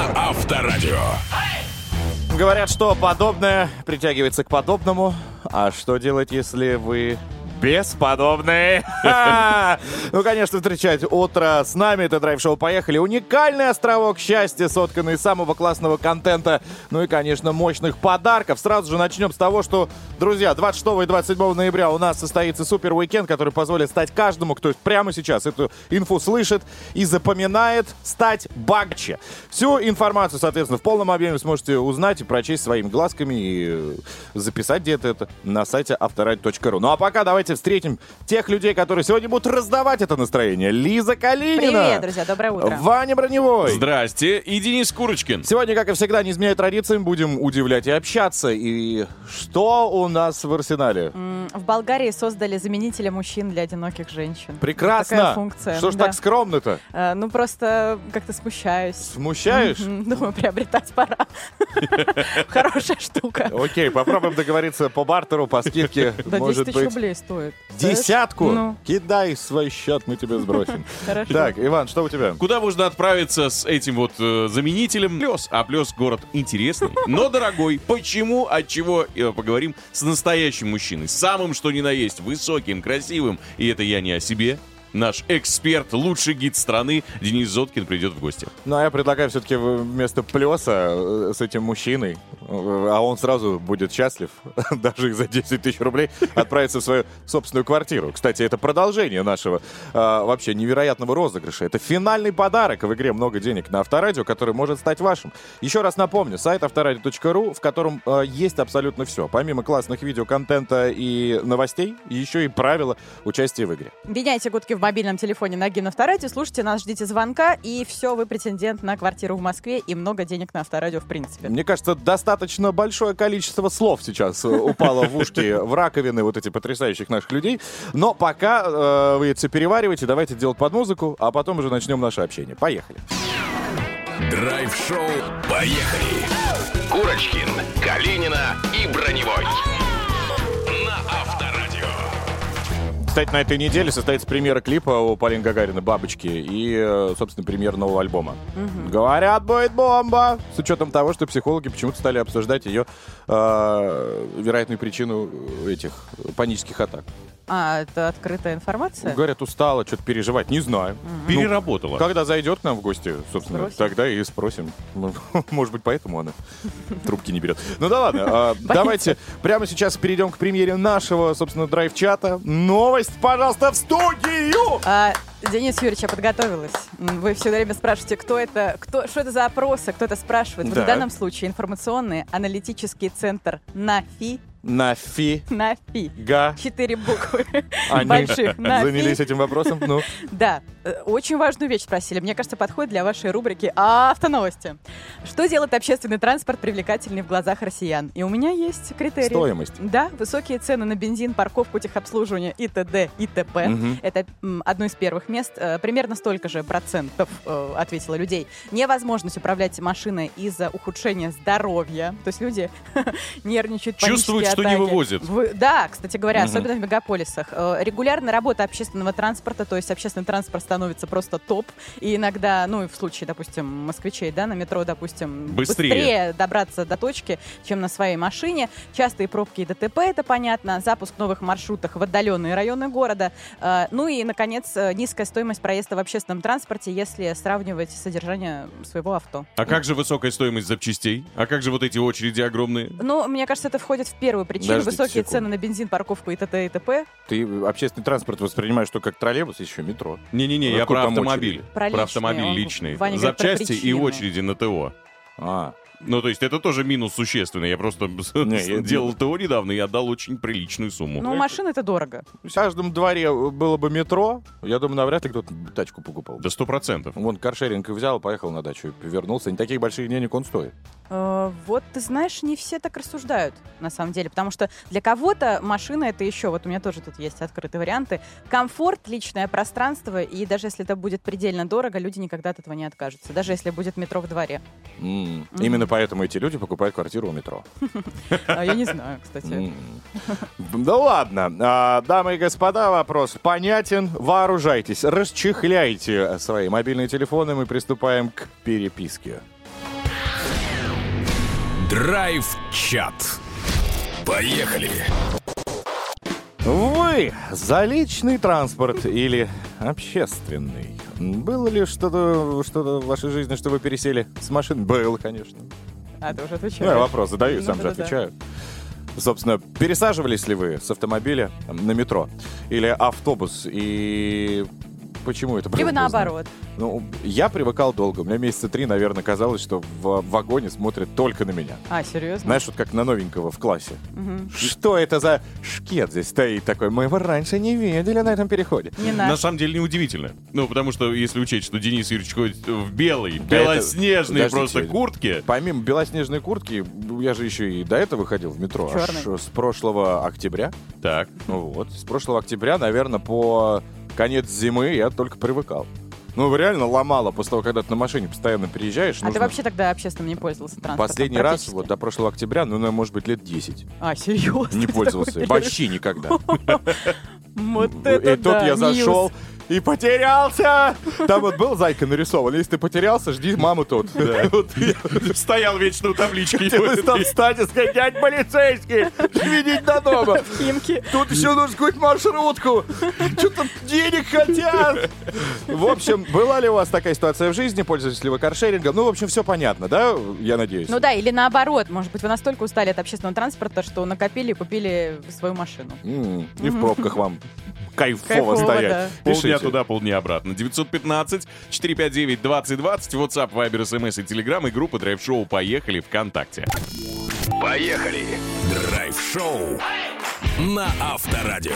на Авторадио. Говорят, что подобное притягивается к подобному. А что делать, если вы бесподобные? Ну, конечно, встречать утро с нами. Это драйв-шоу «Поехали». Уникальный островок счастья, сотканный из самого классного контента. Ну и, конечно, мощных подарков. Сразу же начнем с того, что, друзья, 26 и 27 ноября у нас состоится супер-уикенд, который позволит стать каждому, кто прямо сейчас эту инфу слышит и запоминает, стать богаче. Всю информацию, соответственно, в полном объеме сможете узнать и прочесть своими глазками и записать где-то это на сайте авторадио.ру. Ну а пока давайте встретим тех людей, которые сегодня будут раздавать это настроение. Лиза Калинина. Привет, друзья, доброе утро. Ваня Броневой. Здрасте. И Денис Курочкин. Сегодня, как и всегда, не изменяя традициям, будем удивлять и общаться. И что у нас в арсенале? В Болгарии создали заменителя мужчин для одиноких женщин. Прекрасно. Такая функция. Что ж да. так скромно-то? Ну, просто как-то смущаюсь. Смущаешь? Думаю, приобретать пора. Хорошая штука. Окей, попробуем договориться по бартеру, по скидке. Да, 10 Может тысяч быть, рублей стоит. десятку? Ну. Кидай свой счет, мы тебе сбросим. Хорошо. Так, Иван, что у тебя? Куда можно отправиться с этим вот заменителем? Плёс. А Плёс город интересный, но дорогой. Почему? Отчего? Поговорим с настоящим мужчиной. Самым, что ни на есть. Высоким, красивым. И это я не о себе. Наш эксперт, лучший гид страны Денис Зоткин придет в гости. Ну, а я предлагаю все-таки вместо плеса с этим мужчиной, а он сразу будет счастлив, даже и за 10 тысяч рублей, отправиться в свою собственную квартиру. Кстати, это продолжение нашего вообще невероятного розыгрыша. Это финальный подарок в игре «Много денег» на Авторадио, который может стать вашим. Еще раз напомню, сайт авторадио.ру, в котором есть абсолютно все. Помимо классных видеоконтента и новостей, еще и правила участия в игре. Гоняйте гудки в мобильном телефоне на гимн Авторадио, слушайте нас, ждите звонка, и все, вы претендент на квартиру в Москве и много денег на Авторадио в принципе. Мне кажется, достаточно большое количество слов сейчас упало в ушки, в раковины вот эти потрясающих наших людей. Но пока вы это все перевариваете, давайте делать под музыку, а потом уже начнем наше общение. Поехали. Драйв-шоу «Поехали». Курочкин, Калинина и Броневой. На Авторадио. Кстати, на этой неделе состоится премьера клипа у Полины Гагариной «Бабочки» и, собственно, премьера нового альбома. Говорят, будет бомба! С учетом того, что психологи почему-то стали обсуждать ее вероятную причину этих панических атак. А, это открытая информация? Говорят, устала, что-то переживать, не знаю. Переработала. Когда зайдет к нам в гости, собственно, Спросим. тогда и спросим. Ну, может быть, поэтому она трубки не берет. Ну да ладно, давайте прямо сейчас перейдем к премьере нашего, собственно, драйв-чата. Новость, пожалуйста, в студию! Денис Юрьевич, я подготовилась. Вы все время спрашиваете, что это за опросы, кто это спрашивает. Вот Да. в данном случае информационный аналитический центр НАФИ. Нафига 4 буквы они больших. НАФИ. занялись этим вопросом? Ну, Да, очень важную вещь спросили. Мне кажется, подходит для вашей рубрики «Автоновости». Что делает общественный транспорт привлекательный в глазах россиян? И у меня есть критерии. стоимость. Да, высокие цены на бензин, парковку, техобслуживание и т.д. и т.п. Это одно из первых мест. Примерно столько же процентов ответило людей. Невозможность управлять машиной из-за ухудшения здоровья. То есть люди нервничают, Чувствуют, панические что не атаки. вывозят. Да, кстати говоря, особенно в мегаполисах. Регулярная работа общественного транспорта, то есть общественный транспорт становится просто топ. И иногда, ну и в случае, допустим, москвичей, да, на метро, допустим, быстрее добраться до точки, чем на своей машине. Частые пробки и ДТП, это понятно. Запуск новых маршрутов в отдаленные районы города. Ну и, наконец, низкая стоимость проезда в общественном транспорте, если сравнивать содержание своего авто. А как же высокая стоимость запчастей? А как же вот эти очереди огромные? Ну, мне кажется, это входит в первую причину. Подождите Высокие секунду. цены на бензин, парковку и т.д. и т.п. ты общественный транспорт воспринимаешь только как троллейбус, еще метро. Не-не-не, я Какой про там автомобиль. очередь? Про Про автомобиль личные. личный. Ваня говорит про Запчасти и причины. очереди на ТО. Ну, то есть это тоже минус существенный. Я просто я- делал ТО недавно и отдал очень приличную сумму. Ну, машины это дорого. В каждом дворе было бы метро, я думаю, навряд ли кто-то тачку покупал. До 100%. Вон каршеринг и взял, поехал на дачу и вернулся. Не таких больших денег он стоит. Вот, ты знаешь, не все так рассуждают, на самом деле. Потому что для кого-то машина это еще, вот у меня тоже тут есть открытые варианты, комфорт, личное пространство, и даже если это будет предельно дорого, люди никогда от этого не откажутся. Даже если будет метро в дворе. Именно поэтому эти люди покупают квартиру у метро. Я не знаю, кстати. Да ладно. Дамы и господа, вопрос понятен. Вооружайтесь, расчехляйте свои мобильные телефоны. Мы приступаем к переписке. Драйв-чат. Поехали! Вы за личный транспорт или общественный? Было ли что-то в вашей жизни, что вы пересели с машин? Было, конечно. А, ты уже Ну, отвечаешь. я вопрос задаю, сам же да. отвечаю. Собственно, пересаживались ли вы с автомобиля на метро или автобус? И почему это было? Либо поздно? наоборот. Ну, я привыкал долго. У меня месяца 3, наверное, казалось, что в вагоне смотрят только на меня. А, серьезно? Знаешь, вот как на новенького в классе. Мгм. Что это за шкет здесь стоит такой? Мы его раньше не видели на этом переходе. Не На наш. самом деле неудивительно. Ну, потому что, если учесть, что Денис Юрьевич ходит в белой, Да это- белоснежной подождите. просто куртке. Помимо белоснежной куртки, я же еще и до этого ходил в метро. Чёрный. Аж с прошлого октября. Так. Вот. С прошлого октября, наверное, по конец зимы я только привыкал. Ну, реально ломало после того, когда ты на машине постоянно приезжаешь. А ты вообще тогда общественным не пользовался транспортом? Последний раз, практически? вот до прошлого октября, ну, может быть, лет 10. А, серьезно? Не Ты пользовался. такой Вообще никогда. Вот И это тут да, я ньюс. зашел и потерялся. Там вот был зайка нарисован. Если ты потерялся, жди маму тут. Вот я- Стоял вечно у таблички. Хотелось там встать и сказать: дядь полицейский, видеть до дома. Химки. Тут еще нужно какую-то маршрутку. Что-то денег хотят. В общем, была ли у вас такая ситуация в жизни? Пользуетесь ли вы каршерингом? Ну, в общем, все понятно, да? Я надеюсь. Ну да, или наоборот. Может быть, вы настолько устали от общественного транспорта, что накопили и купили свою машину. И в пробках вам кайфово Кайфово, стоять. да. Полдня Пишите. туда, полдня обратно. 915-459-2020, WhatsApp, Viber, SMS и Telegram, и группа Драйв-шоу «Поехали» ВКонтакте. Поехали! Драйв-шоу на Авторадио.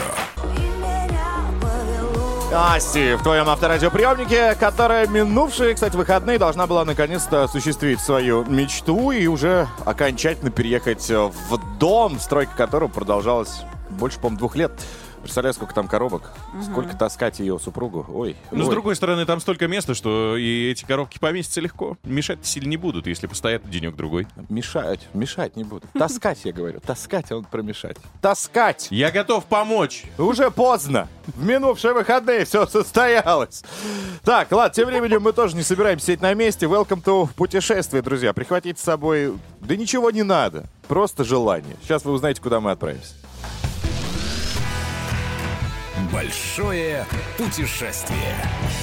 Асти, в твоем авторадиоприемнике, которая минувшие, кстати, выходные должна была наконец-то осуществить свою мечту и уже окончательно переехать в дом, стройка которого продолжалась больше, по-моему, 2 лет. Представляю, сколько там коробок, сколько таскать ее супругу. Ой. Но, с ой. другой стороны, там столько места, что и эти коробки поместятся легко. Мешать сильно не будут, если постоят денек-другой. Мешать не буду. Таскать, я говорю. Таскать, а он промешать. Таскать! Я готов помочь. Уже поздно. В минувшие выходные все состоялось. Так, ладно, тем временем мы тоже не собираемся сидеть на месте. Welcome to путешествие, друзья. Прихватите с собой... Да ничего не надо. Просто желание. Сейчас вы узнаете, куда мы отправимся. Большое путешествие.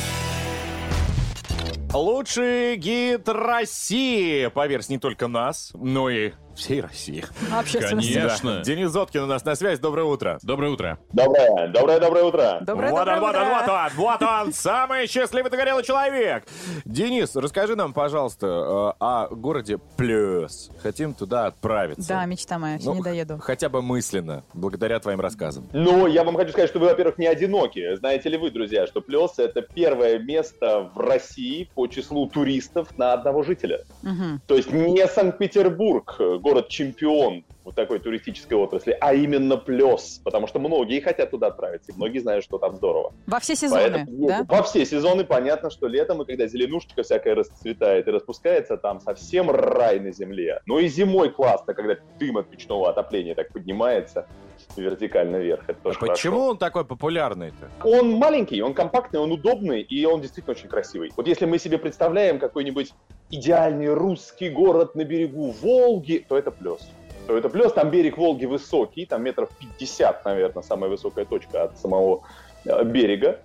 Лучший гид России. По версии не только нас, но и всей России. Общественности. Конечно. Да. Денис Зоткин у нас на связь. Доброе утро. Доброе утро. Доброе утро. Доброе Вот доброе он, вот он, утро. вот он, самый счастливый догорелый человек. Денис, расскажи нам, пожалуйста, о городе Плёс. Хотим туда отправиться. Да, мечта моя, все Ну, не доеду. хотя бы мысленно, благодаря твоим рассказам. Ну, я вам хочу сказать, что вы, во-первых, не одиноки. Знаете ли вы, друзья, что Плёс — это первое место в России по числу туристов на одного жителя. Мгм. То есть не Санкт-Петербург, город-чемпион вот такой туристической отрасли, а именно Плёс. Потому что многие хотят туда отправиться, и многие знают, что там здорово. Во все сезоны, Поэтому да? во все сезоны понятно, что летом, и когда зеленушечка всякая расцветает и распускается, там совсем рай на земле. Ну и зимой классно, когда дым от печного отопления так поднимается вертикально вверх. Это тоже Почему хорошо. он такой популярный-то? Он маленький, он компактный, он удобный, и он действительно очень красивый. Вот если мы себе представляем какой-нибудь идеальный русский город на берегу Волги, то это Плёс. Там берег Волги высокий, там метров 50, наверное, самая высокая точка от самого берега.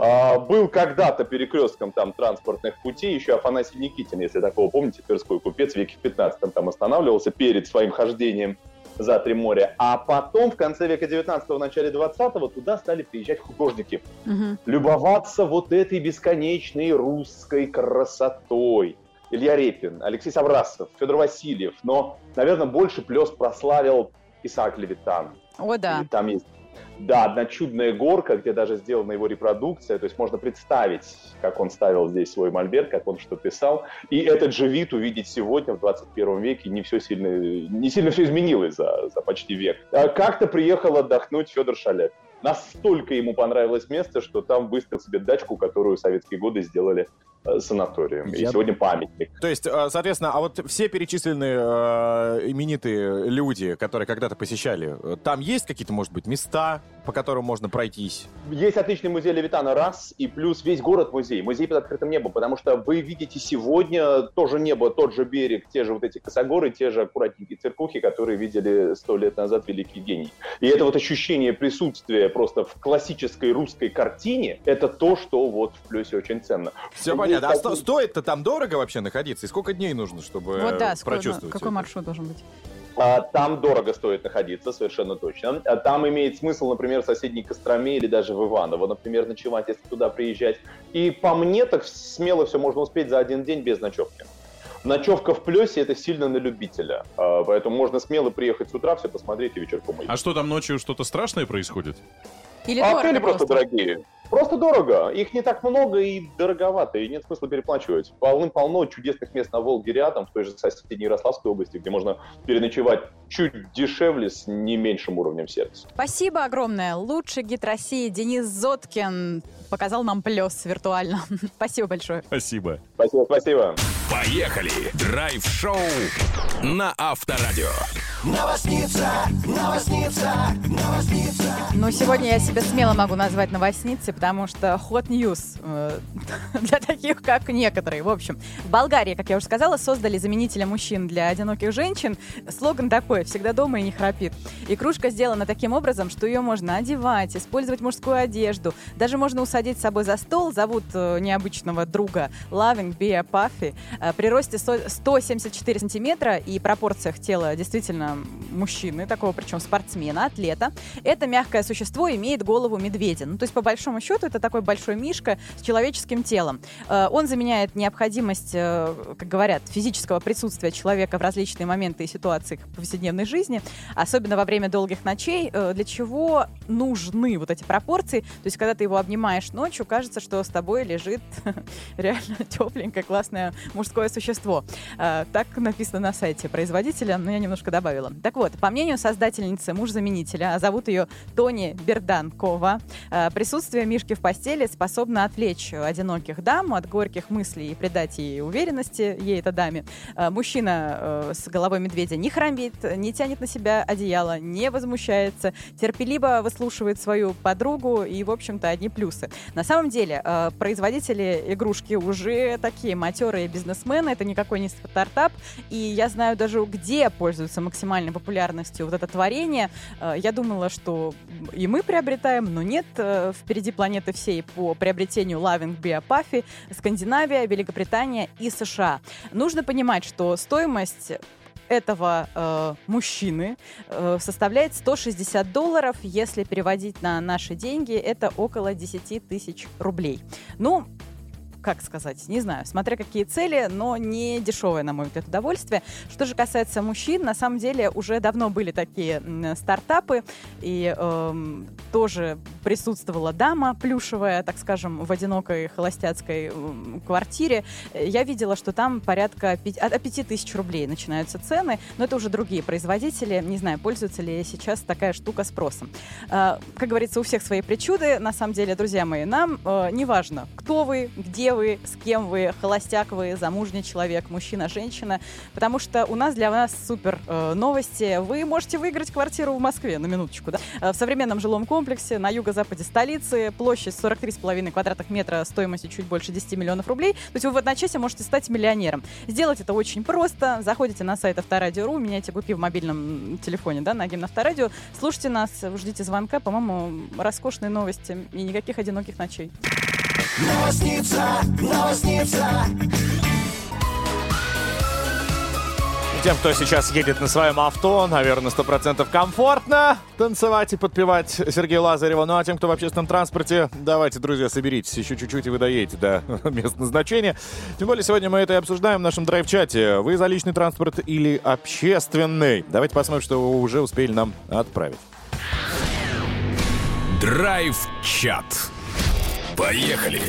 Был когда-то перекрестком там транспортных путей, еще Афанасий Никитин, если такого помните, тверской купец, в веке в 15 там останавливался перед своим хождением за 3 моря. А потом, в конце века 19-го, в начале 20-го, туда стали приезжать художники. Мгм. Любоваться вот этой бесконечной русской красотой. Илья Репин, Алексей Саврасов, Федор Васильев. Но, наверное, больше Плёс прославил Исаак Левитан. О, да. И там есть, да, одна чудная горка, где даже сделана его репродукция. То есть можно представить, как он ставил здесь свой мольберт, как он что писал. И этот же вид увидеть сегодня, в 21 веке, не сильно все изменилось за почти век. Как-то приехал отдохнуть Федор Шаляпин. Настолько ему понравилось место, что там выставил себе дачку, которую в советские годы сделали санаторием. И сегодня памятник. То есть, соответственно, а вот все перечисленные именитые люди, которые когда-то посещали, там есть какие-то, может быть, места, по которым можно пройтись? Есть отличный музей Левитана, раз, и плюс весь город музей. Музей под открытым небом, потому что вы видите сегодня тоже небо, тот же берег, те же вот эти косогоры, те же аккуратненькие церквухи, которые видели 100 лет назад великий гений. И это вот ощущение присутствия просто в классической русской картине, это то, что вот в Плёсе очень ценно. Все понятно. А стоит-то там дорого вообще находиться? И сколько дней нужно, чтобы прочувствовать? Какой маршрут должен быть? Там дорого стоит находиться, совершенно точно. Там имеет смысл, например, в соседней Костроме или даже в Иваново, например, ночевать, если туда приезжать. И по мне, так смело все можно успеть за один день без ночевки. Ночевка в Плёсе — это сильно на любителя. Поэтому можно смело приехать с утра, все посмотреть и вечерком уйти. А что там ночью, что-то страшное происходит? Или отели просто дорогие. Просто дорого. Их не так много и дороговато, и нет смысла переплачивать. Полным-полно чудесных мест на Волге рядом, в той же соседней Ярославской области, где можно переночевать чуть дешевле, с не меньшим уровнем сервиса. Спасибо огромное. Лучший гид России Денис Зоткин показал нам Плёс виртуально. Спасибо большое. Спасибо. Спасибо. Поехали! Драйв-шоу на Авторадио. Ну, сегодня я себя смело могу назвать новостницей, потому что hot news для таких, как некоторые. В общем, в Болгарии, как я уже сказала, создали заменителя мужчин для одиноких женщин. Слоган такой: «Всегда дома и не храпит». Игрушка сделана таким образом, что ее можно одевать, использовать мужскую одежду. Даже можно усадить с собой за стол. Зовут необычного друга Loving Bear Puffy. При росте 174 сантиметра и пропорциях тела действительно мужчины, такого причем спортсмена, атлета. Это мягкое существо имеет голову медведя. Ну, то есть, по большому счету, это такой большой мишка с человеческим телом. Он заменяет необходимость, как говорят, физического присутствия человека в различные моменты и ситуации повседневной жизни, особенно во время долгих ночей. Для чего нужны вот эти пропорции? То есть, когда ты его обнимаешь ночью, кажется, что с тобой лежит реально тепленькое, классное мужское существо. Так написано на сайте производителя, но я немножко добавила. Так вот, по мнению создательницы муж-заменителя, а зовут ее Тони Берданкова, присутствие мишки в постели способно отвлечь одиноких дам от горьких мыслей и придать ей уверенности, ей, это даме. Мужчина с головой медведя не храпит, не тянет на себя одеяло, не возмущается, терпеливо выслушивает свою подругу, и, в общем-то, одни плюсы. На самом деле, производители игрушки уже такие матерые бизнесмены, это никакой не стартап, и я знаю даже, где пользуются максимальной популярностью вот это творение. Я думала, что и мы приобретаем, но нет. Впереди планеты всей по приобретению Loving Bear Puffy Скандинавия, Великобритания и США. Нужно понимать, что стоимость этого мужчины составляет $160. Если переводить на наши деньги, это около 10 тысяч рублей. Ну, как сказать, не знаю, смотря какие цели, но не дешевое, на мой взгляд, удовольствие. Что же касается мужчин, на самом деле уже давно были такие стартапы, и тоже присутствовала дама плюшевая, так скажем, в одинокой холостяцкой квартире. Я видела, что там порядка от 5000 рублей начинаются цены, но это уже другие производители. Не знаю, пользуется ли сейчас такая штука спросом. Как говорится, у всех свои причуды. На самом деле, друзья мои, нам не важно, кто вы, где вы, с кем вы, холостяк вы, замужний человек, мужчина, женщина, потому что у нас для вас супер новости. Вы можете выиграть квартиру в Москве, на минуточку, да? В современном жилом комплексе на юго-западе столицы, площадь 43,5 квадратных метра стоимостью чуть больше 10 миллионов рублей. То есть вы в одночасье можете стать миллионером. Сделать это очень просто. Заходите на сайт Авторадио.ру, меняйте гудки в мобильном телефоне, да, на гимн Авторадио, слушайте нас, ждите звонка, по-моему, роскошные новости и никаких одиноких ночей. Новостница. Тем, кто сейчас едет на своем авто, наверное, 100% комфортно танцевать и подпевать Сергею Лазареву. Ну а тем, кто в общественном транспорте, давайте, друзья, соберитесь еще чуть-чуть, и вы доедете до места назначения. Тем более, сегодня мы это и обсуждаем в нашем драйв-чате. Вы за личный транспорт или общественный? Давайте посмотрим, что вы уже успели нам отправить. Драйв-чат. Поехали!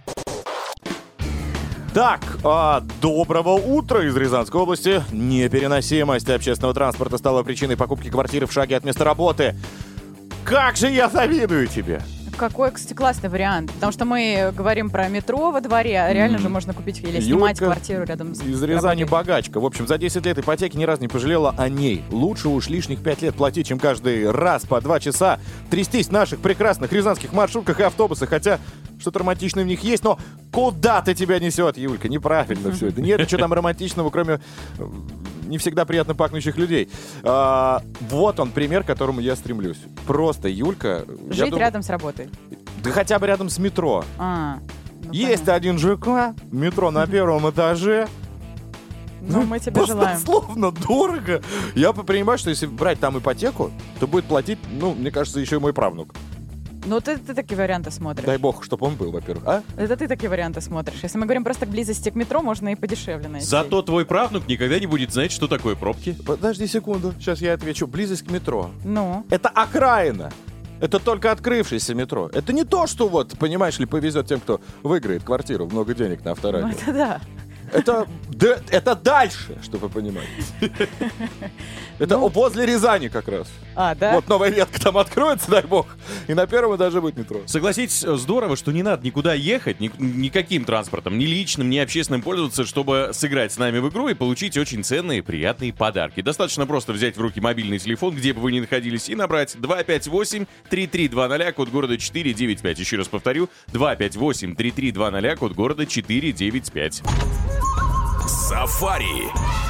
Так, доброго утра из Рязанской области. Непереносимость общественного транспорта стала причиной покупки квартиры в шаге от места работы. Как же я завидую тебе! какой, кстати, классный вариант. Потому что мы говорим про метро во дворе, а реально же можно купить или снимать квартиру рядом с из Рязани богачка. В общем, за 10 лет ипотеки ни разу не пожалела о ней. Лучше уж лишних 5 лет платить, чем каждый раз по 2 часа трястись в наших прекрасных рязанских маршрутках и автобусах. Хотя что-то романтичное в них есть, но куда-то тебя несет, Юлька? Неправильно все это. Нет ничего там романтичного, кроме не всегда приятно пахнущих людей. Вот он пример, к которому я стремлюсь. Просто, Юлька... Жить рядом с работой. Да хотя бы рядом с метро. Есть понятно. Один ЖК, метро на первом этаже. Ну, мы тебе желаем. Баснословно дорого. Я понимаю, что если брать там ипотеку, то будет платить, мне кажется, еще и мой правнук. Ну, ты такие варианты смотришь. Дай бог, чтобы он был, во-первых. А? Это ты такие варианты смотришь. Если мы говорим просто к близости к метро, можно и подешевле найти. Зато твой правнук никогда не будет знать, что такое пробки. Подожди секунду, сейчас я отвечу. Близость к метро. Ну? Это окраина. Это только открывшееся метро. Это не то, что вот, понимаешь ли, повезет тем, кто выиграет квартиру, много денег на авторадио. Ну, это да. Это дальше, чтобы вы понимали. Это возле Рязани как раз. Да? Вот новая ветка там откроется, дай бог, и на первом этаже будет метро. Согласитесь, здорово, что не надо никуда ехать, никаким транспортом, ни личным, ни общественным пользоваться, чтобы сыграть с нами в игру и получить очень ценные, приятные подарки. Достаточно просто взять в руки мобильный телефон, где бы вы ни находились, и набрать 258-3320, код города 495. Еще раз повторю, 258-3320, код города 495. Сафари.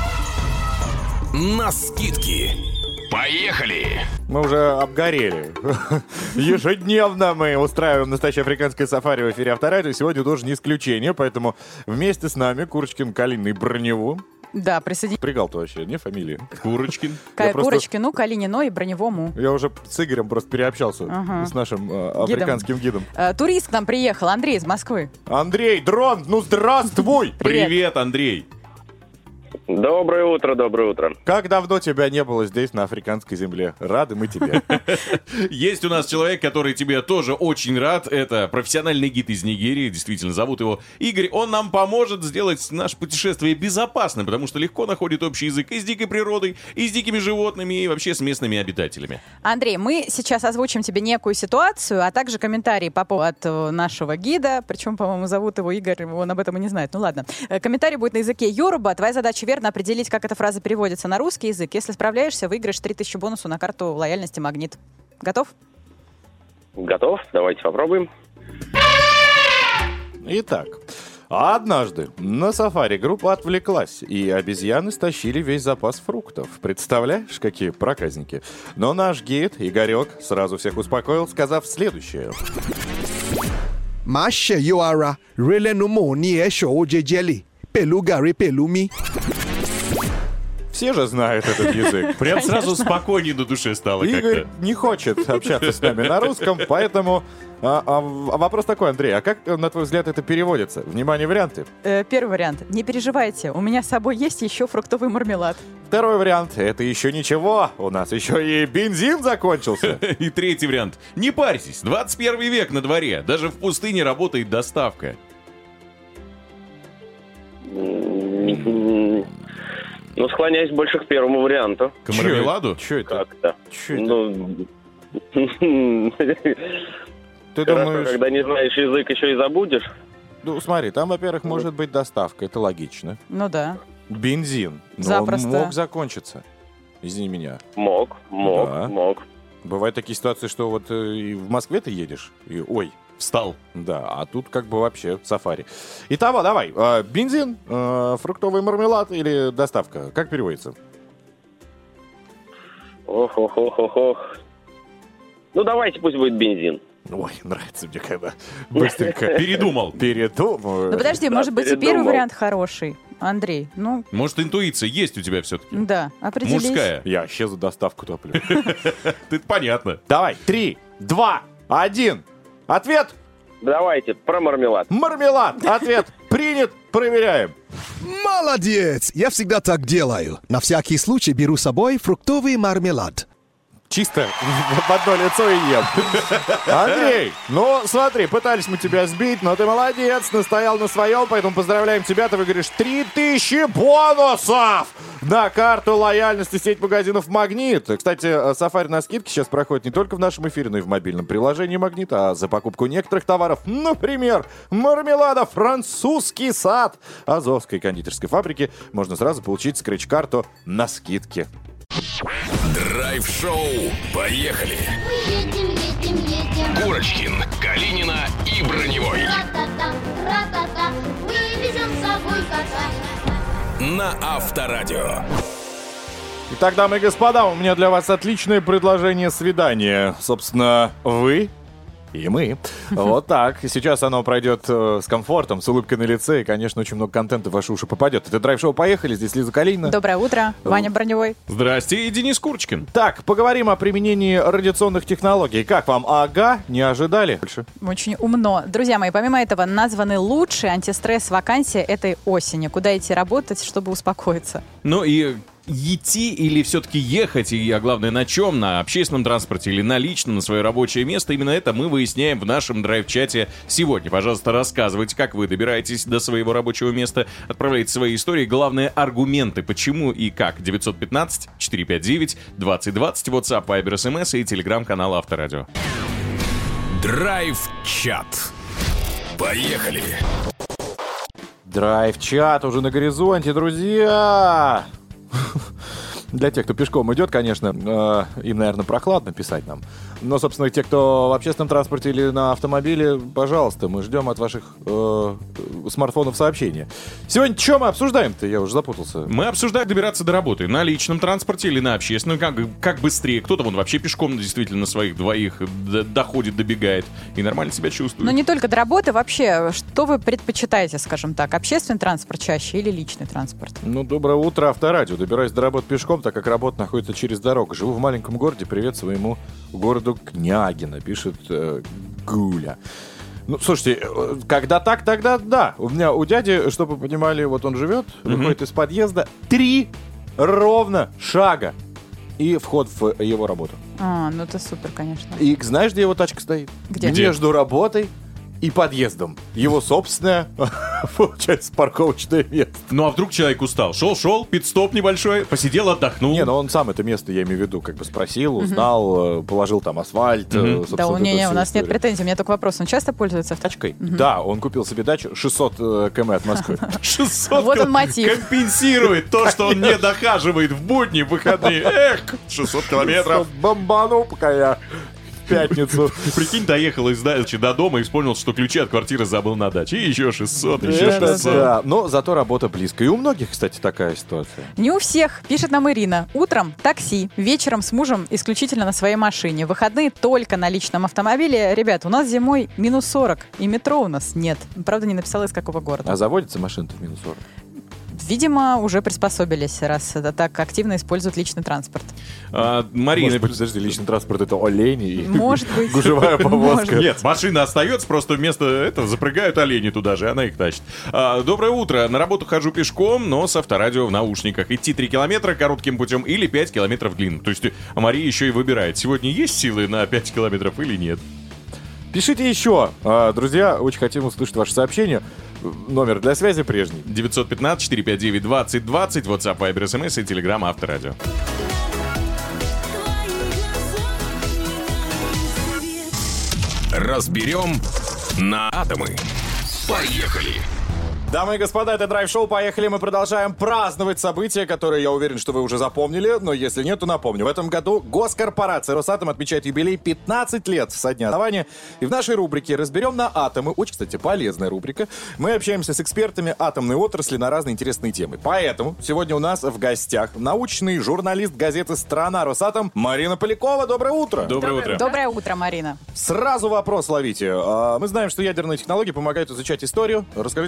На скидки. Поехали! Мы уже обгорели. Ежедневно мы устраиваем настоящее африканское сафари в эфире Авторадио. Сегодня тоже не исключение, поэтому вместе с нами Курочкин, Калинин и Броневу. Да, присоединяйтесь. Пригал-то вообще, не фамилия? Курочкин. Курочкину, Калинину и Броневому. Я уже с Игорем просто переобщался с нашим африканским гидом. Турист к нам приехал, Андрей из Москвы. Андрей, дрон, здравствуй! Привет, Андрей! Доброе утро, доброе утро. Как давно тебя не было здесь, на африканской земле? Рады мы тебе. Есть у нас человек, который тебе тоже очень рад. Это профессиональный гид из Нигерии. Действительно, зовут его Игорь. Он нам поможет сделать наше путешествие безопасным, потому что легко находит общий язык и с дикой природой, и с дикими животными, и вообще с местными обитателями. Андрей, мы сейчас озвучим тебе некую ситуацию, а также комментарии по поводу нашего гида. Причем, по-моему, зовут его Игорь, он об этом и не знает. Ну ладно. Комментарий будет на языке Йоруба. Твоя задача верно определить, как эта фраза переводится на русский язык. Если справляешься, выиграешь 3000 бонусу на карту лояльности «Магнит». Готов? Готов. Давайте попробуем. Итак, однажды на сафари группа отвлеклась, и обезьяны стащили весь запас фруктов. Представляешь, какие проказники? Но наш гид, Игорек, сразу всех успокоил, сказав следующее. Маша юара, реленумо не еще уджели, пелугари пелуми. Все же знают этот язык. Прям сразу спокойнее на душе стало Игорь как-то. не хочет общаться с нами на русском, поэтому вопрос такой, Андрей, а как, на твой взгляд, это переводится? Внимание, варианты. Первый вариант. Не переживайте, у меня с собой есть еще фруктовый мармелад. Второй вариант. Это еще ничего, у нас еще и бензин закончился. И третий вариант. Не парьтесь, 21 век на дворе. Даже в пустыне работает доставка. Ну, склоняюсь больше к первому варианту. К мармеладу? Че это? Как-то. Че это? Ну, Ты хорошо, думаешь... когда не знаешь язык, еще и забудешь. Ну, смотри, там, во-первых, может быть доставка, это логично. Ну да. Бензин. Но Запросто. он мог закончиться. Извини меня. Мог. Да. Бывают такие ситуации, что вот и в Москве ты едешь, и ой, Встал. да, а тут как бы вообще сафари. Итого, давай, бензин, фруктовый мармелад или доставка, как переводится? Ох. Ну, давайте, пусть будет бензин. Ой, нравится мне, когда быстренько Передумал. передумаю. Ну подожди, может быть, и передумал. первый вариант хороший. Андрей, ну Может, интуиция есть у тебя все-таки? да, определись. Мужская. Я вообще за доставку топлю. Это понятно. Давай, 3, 2, 1. Ответ Давайте, про мармелад. мармелад. Ответ принят. Проверяем. Молодец! Я всегда так делаю. На всякий случай беру с собой фруктовый мармелад. чисто в одно лицо и ем. Андрей, ну смотри, пытались мы тебя сбить, но ты молодец, настоял на своем, поэтому поздравляем тебя. Ты выиграешь 3000 бонусов на карту лояльности сеть магазинов «Магнит». Кстати, сафари на скидке сейчас проходит не только в нашем эфире, но и в мобильном приложении «Магнита». А за покупку некоторых товаров, например, мармелада «Французский сад» Азовской кондитерской фабрики, можно сразу получить скретч-карту на скидке. Драйв-шоу. Поехали. Мы едем. Курочкин, Калинина и Броневой. Ра-та-та, ра-та-та, мы везем с собой кота. На Авторадио. Итак, дамы и господа, у меня для вас отличное предложение свидания. Собственно, вы и мы. Вот так. И сейчас оно пройдет с комфортом, с улыбкой на лице. И, конечно, очень много контента в ваши уши попадет. Это драйв-шоу «Поехали». Здесь Лиза Калинина. Доброе утро. Ваня Броневой. Здрасте, и Денис Курочкин. Так, поговорим о применении радиационных технологий. Как вам? Ага, не ожидали? Очень умно. Друзья мои, помимо этого, названы лучшие антистресс-вакансии этой осени. Куда идти работать, чтобы успокоиться? Ну и идти или все-таки ехать, а главное на чем, на общественном транспорте или на личном, на свое рабочее место, именно это мы выясняем в нашем драйв-чате сегодня. Пожалуйста, рассказывайте, как вы добираетесь до своего рабочего места, отправляйте свои истории, главные аргументы, почему и как. 915-459-2020, WhatsApp, Viber, SMS и телеграм-канал Авторадио. Драйв-чат. Поехали. Драйв-чат уже на горизонте, друзья! Для тех, кто пешком идет, конечно, им, наверное, прохладно писать нам. Но, собственно, те, кто в общественном транспорте или на автомобиле, пожалуйста, мы ждем от ваших смартфонов сообщения. Сегодня что мы обсуждаем-то? Я уже запутался. Мы обсуждаем добираться до работы на личном транспорте или на общественном, как быстрее. Кто-то вон вообще пешком действительно на своих двоих доходит, добегает и нормально себя чувствует. Но не только до работы, вообще, что вы предпочитаете, скажем так, общественный транспорт чаще или личный транспорт? Ну, доброе утро, Авторадио. Добираюсь до работы пешком, так как работа находится через дорогу. Живу в маленьком городе, привет своему городу Княгино, пишет Гуля. Ну, слушайте, когда так, тогда да. У дяди, чтобы вы понимали, вот он живет, выходит из подъезда 3 ровно шага и вход в его работу. Ну это супер, конечно. И знаешь, где его тачка стоит? Где? Между работой и подъездом. Его собственное, получается, парковочное место. Ну а вдруг человек устал? Шел, пит-стоп небольшой, посидел, отдохнул. Не, ну он сам это место, я имею в виду, как бы спросил, узнал, положил там асфальт. Да, у нас нет претензий, у меня только вопрос, он часто пользуется тачкой? Да, он купил себе дачу 600 км от Москвы. 600 вот он мотив. Компенсирует то, что он не дохаживает в будни, в выходные. Эх, 600 километров. Бомбану-ка я в пятницу. Прикинь, доехал из дачи до дома и вспомнил, что ключи от квартиры забыл на даче. И еще 600, еще 600. Да, но зато работа близко. И у многих, кстати, такая ситуация. Не у всех, пишет нам Ирина. Утром такси, вечером с мужем исключительно на своей машине. Выходные только на личном автомобиле. Ребят, у нас зимой минус 40, и метро у нас нет. Правда, не написала, из какого города. А заводится машина-то в минус 40? Видимо, уже приспособились, раз это так активно используют личный транспорт. Марина... Может быть, подожди, личный транспорт — это олени и может быть. гужевая повозка. Нет, машина остается, просто вместо этого запрягают олени туда же, она их тащит. Доброе утро. На работу хожу пешком, но с Авторадио в наушниках. Идти 3 километра коротким путем или 5 километров длинным. То есть Мария еще и выбирает, сегодня есть силы на 5 километров или нет. Пишите еще. Друзья, очень хотим услышать ваши сообщения. Номер для связи прежний. 915-459-2020, WhatsApp, Viber, SMS и Telegram Авторадио. Разберем на атомы. Поехали. Дамы и господа, это драйв-шоу «Поехали». Мы продолжаем праздновать события, которые, я уверен, что вы уже запомнили, но если нет, то напомню. В этом году госкорпорация «Росатом» отмечает юбилей 15 лет со дня основания. И в нашей рубрике «Разберем на атомы», очень, кстати, полезная рубрика, мы общаемся с экспертами атомной отрасли на разные интересные темы. Поэтому сегодня у нас в гостях научный журналист газеты «Страна Росатом» Марина Полякова. Доброе утро! Доброе утро! Доброе утро, Марина. Сразу вопрос ловите. Мы знаем, что ядерные технологии помогают изучать историю. Расскажите, пожалуйста, какие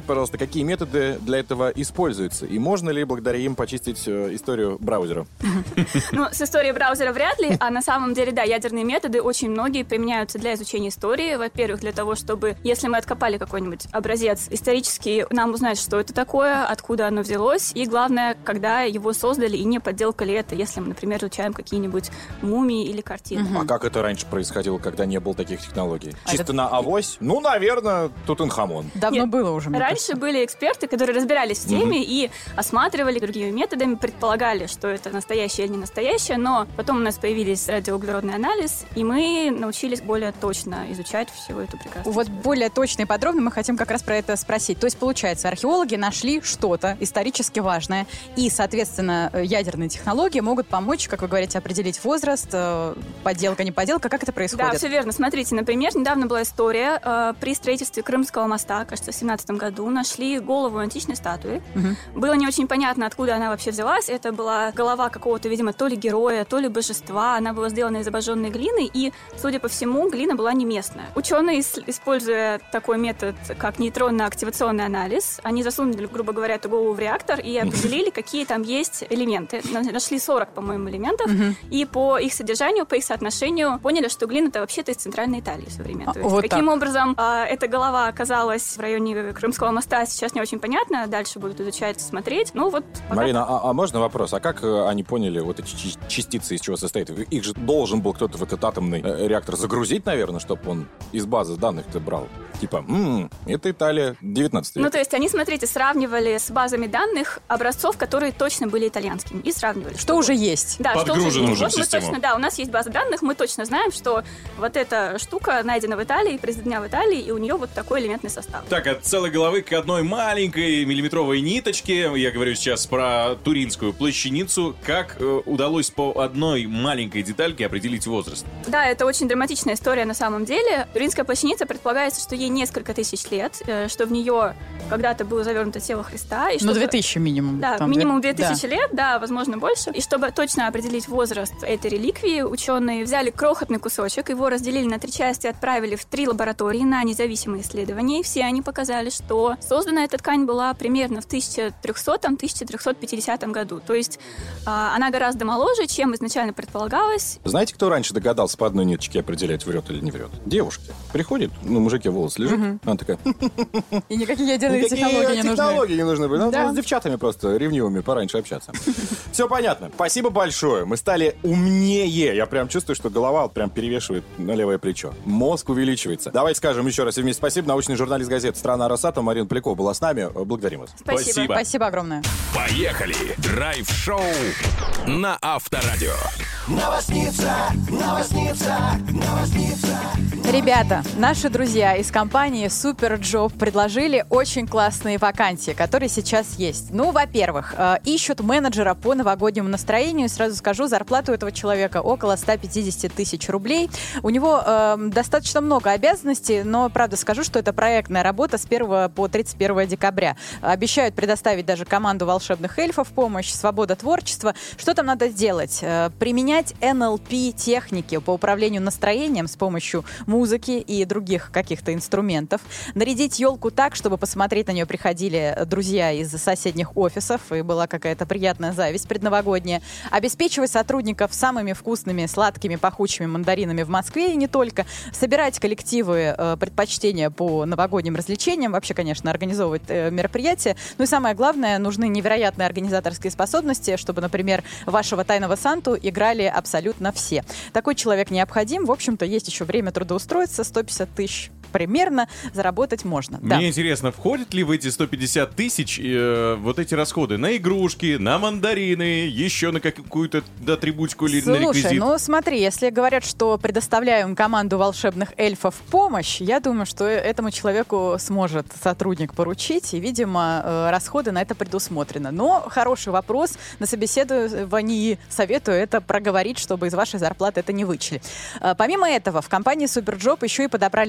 какие методы для этого используются? И можно ли благодаря им почистить историю браузера? Ну, с историей браузера вряд ли, а на самом деле, да, ядерные методы очень многие применяются для изучения истории. Во-первых, для того, чтобы, если мы откопали какой-нибудь образец исторический, нам узнать, что это такое, откуда оно взялось, и главное, когда его создали, и не подделка ли это, если мы, например, изучаем какие-нибудь мумии или картины. А как это раньше происходило, когда не было таких технологий? Чисто на авось? Ну, наверное, Тутанхамон. Давно было уже, мне Раньше были эксперты, которые разбирались в теме и осматривали другими методами, предполагали, что это настоящее или не настоящее, но потом у нас появились радиоуглеродный анализ, и мы научились более точно изучать всю эту прекрасную Вот историю. более точно и подробно мы хотим как раз про это спросить. То есть, получается, археологи нашли что-то исторически важное, и, соответственно, ядерные технологии могут помочь, как вы говорите, определить возраст, подделка, не подделка, как это происходит? Да, все верно. Смотрите, например, недавно была история при строительстве Крымского моста, кажется, в 17 году, нашли голову античной статуи. Было не очень понятно, откуда она вообще взялась. Это была голова какого-то, видимо, то ли героя, то ли божества. Она была сделана из обожженной глины, и, судя по всему, глина была не местная. Ученые, используя такой метод, как нейтронно-активационный анализ, они засунули, грубо говоря, эту голову в реактор и определили, какие там есть элементы. Нашли 40, по-моему, элементов, и по их содержанию, по их соотношению поняли, что глина-то вообще-то из Центральной Италии современной. То есть, вот каким образом эта голова оказалась в районе Крымского моста, сейчас не очень понятно. Дальше будут изучать, смотреть. Ну вот. Марина, а можно вопрос? А как они поняли вот эти частицы, из чего состоят? Их же должен был кто-то в этот атомный реактор загрузить, наверное, чтобы он из базы данных-то брал. Типа, это Италия 19 век. Ну, то есть они, смотрите, сравнивали с базами данных образцов, которые точно были итальянскими, и сравнивали. Что уже есть. Да, что уже Подгружено есть. уже в Вот мы систему. точно, да, у нас есть база данных, мы точно знаем, что вот эта штука найдена в Италии, произведена в Италии, и у нее вот такой элементный состав. Так, от целой головы к одной маленькой миллиметровой ниточке. Я говорю сейчас про Туринскую плащаницу. Как удалось по одной маленькой детальке определить возраст? Да, это очень драматичная история на самом деле. Туринская плащаница предполагается, что ей несколько тысяч лет, что в нее когда-то было завернуто тело Христа. И Ну, чтобы- 2000 минимум. Да, там, минимум да. 2000 лет, да, возможно, больше. И чтобы точно определить возраст этой реликвии, ученые взяли крохотный кусочек, его разделили на 3 части, отправили в 3 лаборатории на независимые исследования, и все они показали, что создана эта ткань была примерно в 1300-1350 году. То есть она гораздо моложе, чем изначально предполагалось. Знаете, кто раньше догадался по одной ниточке определять, врет или не врет? Девушки. Приходит, ну, мужике волос лежит, она такая... И никакие ядерные технологии не нужны. технологии не нужны были. Надо Да. было с девчатами просто ревнивыми пораньше общаться. Все понятно. Спасибо большое. Мы стали умнее. Я прям чувствую, что голова вот прям перевешивает на левое плечо. Мозг увеличивается. Давайте скажем еще раз и вместе спасибо. Научный журналист газеты «Страна Росатом» Марина Полякова была с нами. Благодарим вас. Спасибо. Спасибо огромное. Поехали! Драйв-шоу на Авторадио. Ребята, наши друзья из компании Superjob предложили очень классные вакансии, которые сейчас есть. Ну, во-первых, ищут менеджера по новогоднему настроению. Сразу скажу, зарплата у этого человека около 150 тысяч рублей. У него достаточно много обязанностей, но, правда, скажу, что это проектная работа с 1 по 31 декабря. Обещают предоставить даже команду волшебных эльфов помощь, свобода творчества. Что там надо сделать? Применять NLP-техники по управлению настроением с помощью музыки и других каких-то инструментов. Нарядить елку так, чтобы посмотреть на нее приходили друзья из соседних офисов, и была какая-то приятная зависть предновогодняя. Обеспечивать сотрудников самыми вкусными, сладкими, пахучими мандаринами в Москве и не только. Собирать коллективы предпочтения по новогодним развлечениям. Вообще, конечно, организовывать мероприятия. Ну и самое главное, нужны невероятные организаторские способности, чтобы, например, вашего тайного Санту играли абсолютно все. Такой человек необходим. В общем-то, есть еще время трудоустроиться. 150 тысяч примерно заработать можно. Мне интересно, входят ли в эти 150 тысяч вот эти расходы на игрушки, на мандарины, еще на какую-то атрибутику или на Слушай, реквизит? ну смотри, если говорят, что предоставляем команду волшебных эльфов помощь, я думаю, что этому человеку сможет сотрудник поручить, и, видимо, расходы на это предусмотрены. Но хороший вопрос. На собеседовании советую это проговорить, чтобы из вашей зарплаты это не вычли. Помимо этого, в компании Superjob еще и подобрали вакансии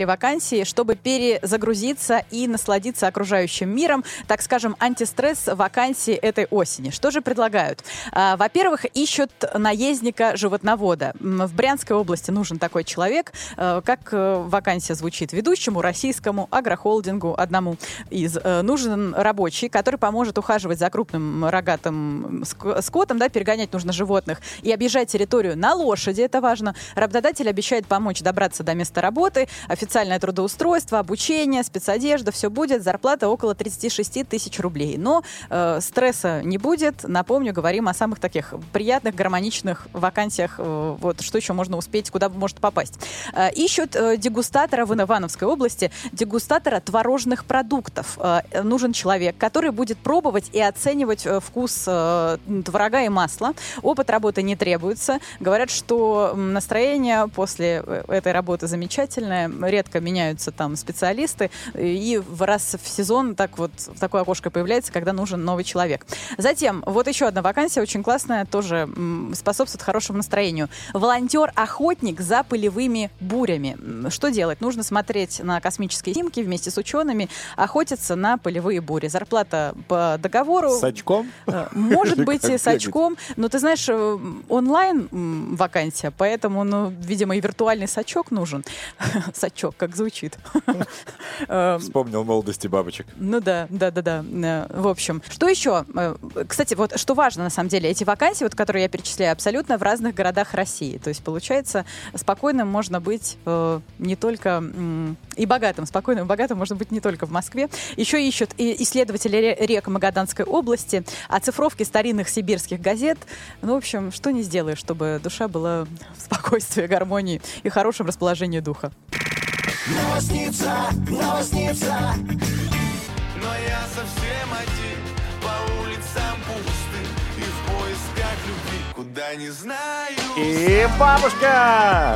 вакансии, чтобы перезагрузиться и насладиться окружающим миром. Так скажем, антистресс вакансии этой осени. Что же предлагают? Во-первых, ищут наездника-животновода. В Брянской области нужен такой человек. Как вакансия звучит? Ведущему российскому агрохолдингу одному из нужен рабочий, который поможет ухаживать за крупным рогатым скотом, да, перегонять нужно животных и объезжать территорию на лошади, это важно. Работодатель обещает помочь добраться до места работы, официальное трудоустройство, обучение, спецодежда, все будет, зарплата около 36 тысяч рублей. Но стресса не будет. Напомню, говорим о самых таких приятных, гармоничных вакансиях. Вот что еще можно успеть, куда может попасть. Ищут дегустатора в Ивановской области, дегустатора творожных продуктов. Нужен человек, который будет пробовать и оценивать вкус творога и масла. Опыт работы не требуется. Говорят, что настроение после этой работы замечательное. Редко меняются там специалисты. И раз в сезон так вот такое окошко появляется, когда нужен новый человек. Затем, вот еще одна вакансия, очень классная, тоже способствует хорошему настроению. Волонтер-охотник за полевыми бурями. Что делать? Нужно смотреть на космические снимки вместе с учеными, охотиться на полевые бури. Зарплата по договору. С очком? Может быть, и с очком. Но ты знаешь, онлайн вакансия, поэтому, видимо, и виртуальный сачок нужен. Сачок, как звучит. Вспомнил молодости бабочек. Ну да. В общем, что еще? Кстати, вот что важно, на самом деле, эти вакансии, вот, которые я перечисляю, абсолютно в разных городах России. То есть, получается, спокойным можно быть не только и богатым. Спокойным и богатым можно быть не только в Москве. Еще ищут исследователи рек Магаданской области, оцифровки старинных сибирских газет. Ну, в общем, что не сделаешь, чтобы душа была в спокойствии, гармонии и хорошем расположении духа. Новосница. Но я совсем один, по улицам пусты и в поисках любви, куда не знаю. И бабушка!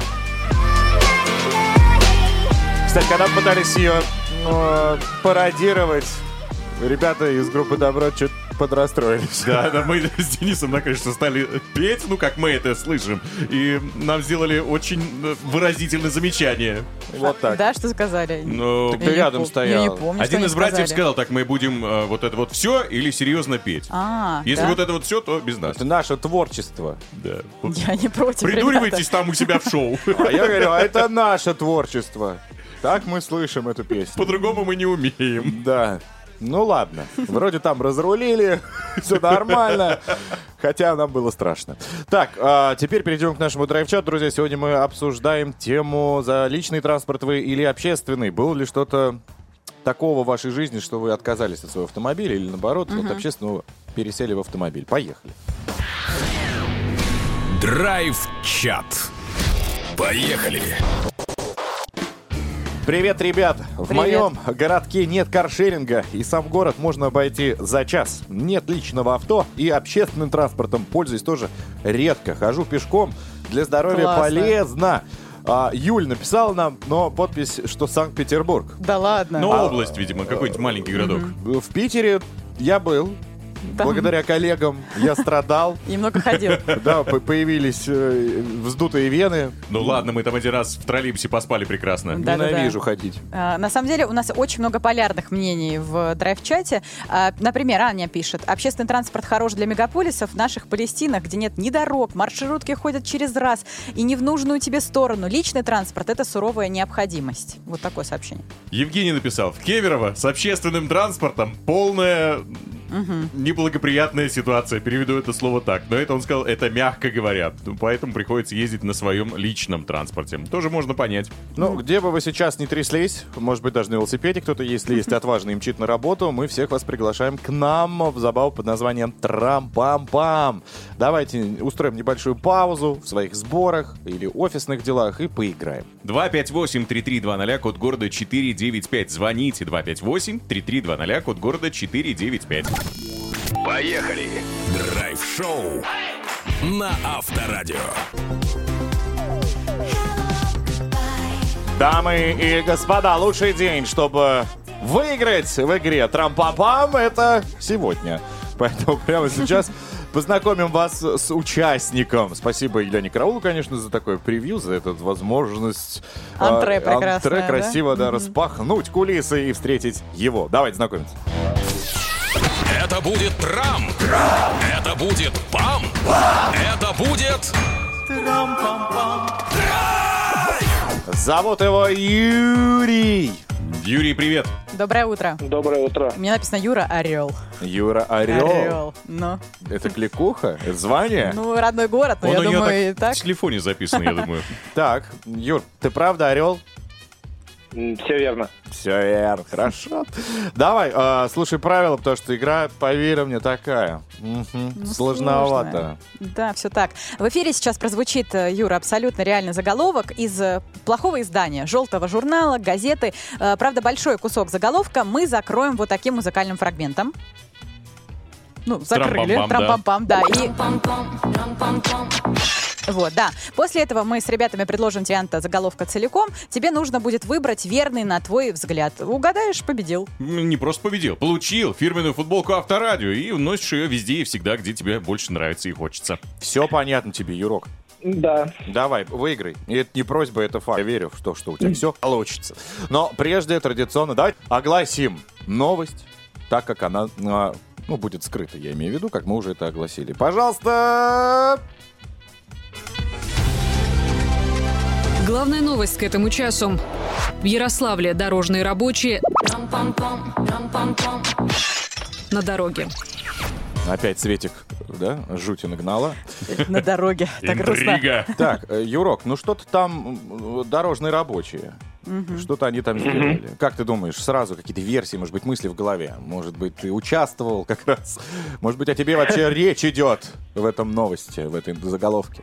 Кстати, когда пытались ее пародировать, ребята из группы «Добро» что-то подрастроились. Да, мы с Денисом, конечно, стали петь, как мы это слышим, и нам сделали очень выразительное замечание. Вот так. Да, что сказали? Так ты рядом стоял. Я не помню, один из братьев сказал, так, мы будем вот это вот все или серьезно петь. Если вот это вот все, то без нас. Это наше творчество. Да. Я не против, Придуривайтесь там у себя в шоу. А я говорю, это наше творчество. Так мы слышим эту песню. По-другому мы не умеем. Да. Ну ладно, вроде там разрулили, все нормально, хотя нам было страшно. Так, теперь перейдем к нашему драйв-чату, друзья. Сегодня мы обсуждаем тему: за личный транспорт вы или общественный. Было ли что-то такого в вашей жизни, что вы отказались от своего автомобиля или наоборот, от общественного пересели в автомобиль? Поехали. Драйв-чат. Поехали. Привет, ребят! В моем городке нет каршеринга, и сам город можно обойти за час. Нет личного авто, и общественным транспортом пользуюсь тоже редко. Хожу пешком, для здоровья полезно. Юль написала нам, но подпись, что Санкт-Петербург. Да ладно? Ну, область, видимо, какой-нибудь маленький городок. В Питере я был. Благодаря коллегам я страдал. И много ходил. Да, появились вздутые вены. Ну ладно, мы там один раз в троллейбусе поспали прекрасно. Ненавижу ходить. На самом деле у нас очень много полярных мнений в драйв-чате. Например, Аня пишет: общественный транспорт хорош для мегаполисов, в наших Палестинах, где нет ни дорог, маршрутки ходят через раз и не в нужную тебе сторону. Личный транспорт — это суровая необходимость. Вот такое сообщение. Евгений написал: в Кемерово с общественным транспортом полная неблагоприятная ситуация. Переведу это слово так. Но это он сказал, это мягко говоря. Поэтому приходится ездить на своем личном транспорте. Тоже можно понять. Ну, где бы вы сейчас не тряслись, может быть, даже на велосипеде кто-то, если есть отважный и мчит на работу, мы всех вас приглашаем к нам в забаву под названием Трам-пам-пам. Давайте устроим небольшую паузу в своих сборах или офисных делах и поиграем. 258-3320, код города 495. Звоните 258-3320, код города 495. Поехали! Драйв-шоу на Авторадио. Дамы и господа, лучший день, чтобы выиграть в игре Трам-пам-пам, это сегодня. Поэтому прямо сейчас Познакомим вас с участником. Спасибо Елене Караулу, конечно, за такое превью, за эту возможность антре прекрасное, антре красиво распахнуть кулисы и встретить его. Давайте знакомиться. Это будет Трам. Это будет Пам. Это будет... Зовут его Юрий. Юрий, привет. Доброе утро. Доброе утро. Мне написано Юра Орел. Юра Орел. Орел. Ну. Это кликуха? Это звание? Ну, родной город, но Он я у нее думаю, и так. в телефоне записан, я думаю. Так, Юр, ты правда Орел? Все верно. Все верно, хорошо. Давай, слушай правила, потому что игра, поверь мне, такая. Сложновато. Сложная. Да, все так. В эфире сейчас прозвучит, Юра, абсолютно реальный заголовок из плохого издания, желтого журнала, газеты. Правда, большой кусок заголовка мы закроем вот таким музыкальным фрагментом. Ну, закрыли. Трам-пам-пам, да. И... Вот, да. После этого мы с ребятами предложим тебе, Анта, заголовка целиком. Тебе нужно будет выбрать верный на твой взгляд. Угадаешь, победил. Не просто победил. Получил фирменную футболку Авторадио и носишь ее везде и всегда, где тебе больше нравится и хочется. Все понятно тебе, Юрок? Да. Давай, выиграй. И это не просьба, это факт. Я верю в то, что у тебя все получится. Но прежде, традиционно, давайте огласим новость, так как она, будет скрыта, я имею в виду, как мы уже это огласили. Пожалуйста! Главная новость к этому часу. В Ярославле дорожные рабочие на дороге. Опять Светик, да, жути нагнала. На дороге. Так грустно. Так, Юрок, ну что-то там дорожные рабочие. Что-то они там сделали. Как ты думаешь, сразу какие-то версии, может быть, мысли в голове? Может быть, ты участвовал как раз? Может быть, о тебе вообще речь идет в этом новости, в этой заголовке?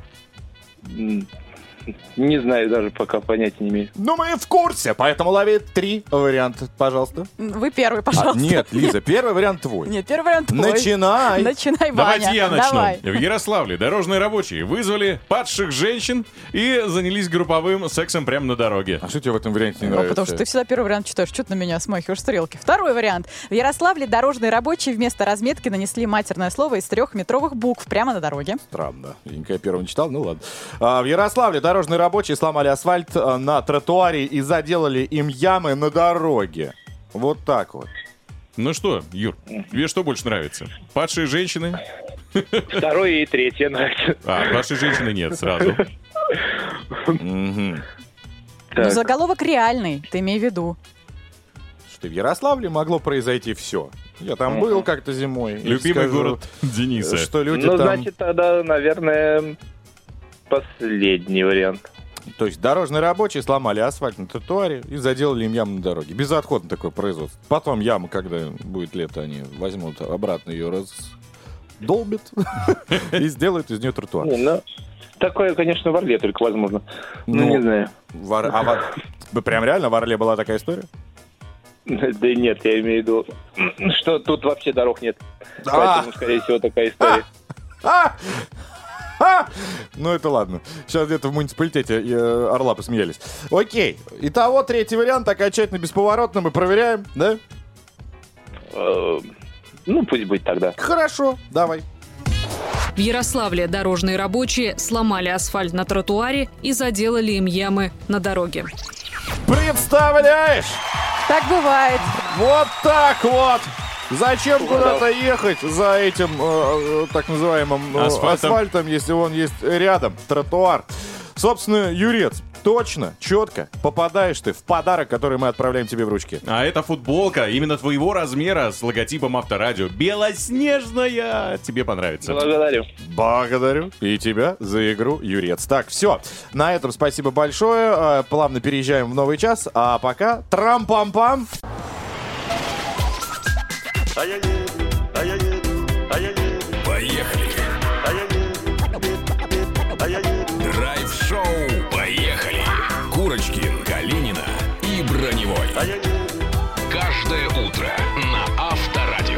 Не знаю, даже пока понятия не имею. Ну, мы в курсе, поэтому лови 3 варианта, пожалуйста. Вы первый, пожалуйста. Нет, Лиза, первый вариант твой. Нет, первый вариант твой. Начинай. Начинай, Ваня. Давайте я начну. Давай. В Ярославле дорожные рабочие вызвали падших женщин и занялись групповым сексом прямо на дороге. А что тебе в этом варианте не нравится? Потому что ты всегда первый вариант читаешь. Что ты на меня смахиваешь стрелки? Второй вариант. В Ярославле дорожные рабочие вместо разметки нанесли матерное слово из 3-метровых букв прямо на дороге. Странно. Я никогда первого не читал, ну ладно. В Ярославле дорожные рабочие сломали асфальт на тротуаре и заделали им ямы на дороге. Вот так вот. Ну что, Юр, тебе что больше нравится? Падшие женщины? Второе и третье нравится. А, падшие женщины нет сразу. Ну, заголовок реальный, ты имей в виду. Что в Ярославле могло произойти все. Я там был как-то зимой. Любимый город Дениса. Что люди ну, там... значит, тогда, наверное, последний вариант. То есть дорожные рабочие сломали асфальт на тротуаре и заделали им яму на дороге. Безотходно такое производство. Потом яму, когда будет лето, они возьмут обратно ее раздолбят и сделают из нее тротуар. Такое, конечно, в Орле только возможно. Ну, не знаю. Прям реально в Орле была такая история? Да нет, я имею в виду, что тут вообще дорог нет. Поэтому, скорее всего, такая история. Ну, это ладно. Сейчас где-то в муниципалитете Орла посмеялись. Окей. Итого, третий вариант, окончательно бесповоротно. Мы проверяем, да? Ну, пусть будет тогда. Хорошо, давай. В Ярославле дорожные рабочие сломали асфальт на тротуаре и заделали им ямы на дороге. Представляешь? Так бывает. Вот так вот. Зачем куда-то ехать за этим так называемым асфальтом, если он есть рядом, тротуар? Собственно, Юрец, точно, четко попадаешь ты в подарок, который мы отправляем тебе в ручки. А это футболка именно твоего размера с логотипом Авторадио. Белоснежная! Тебе понравится. Благодарю. Благодарю и тебя за игру, Юрец. Так, все. На этом спасибо большое. Плавно переезжаем в новый час. А пока трам-пам-пам. Поехали. Драйв-шоу. Поехали. Курочкин, Калинина и Броневой. Каждое утро на Авторадио.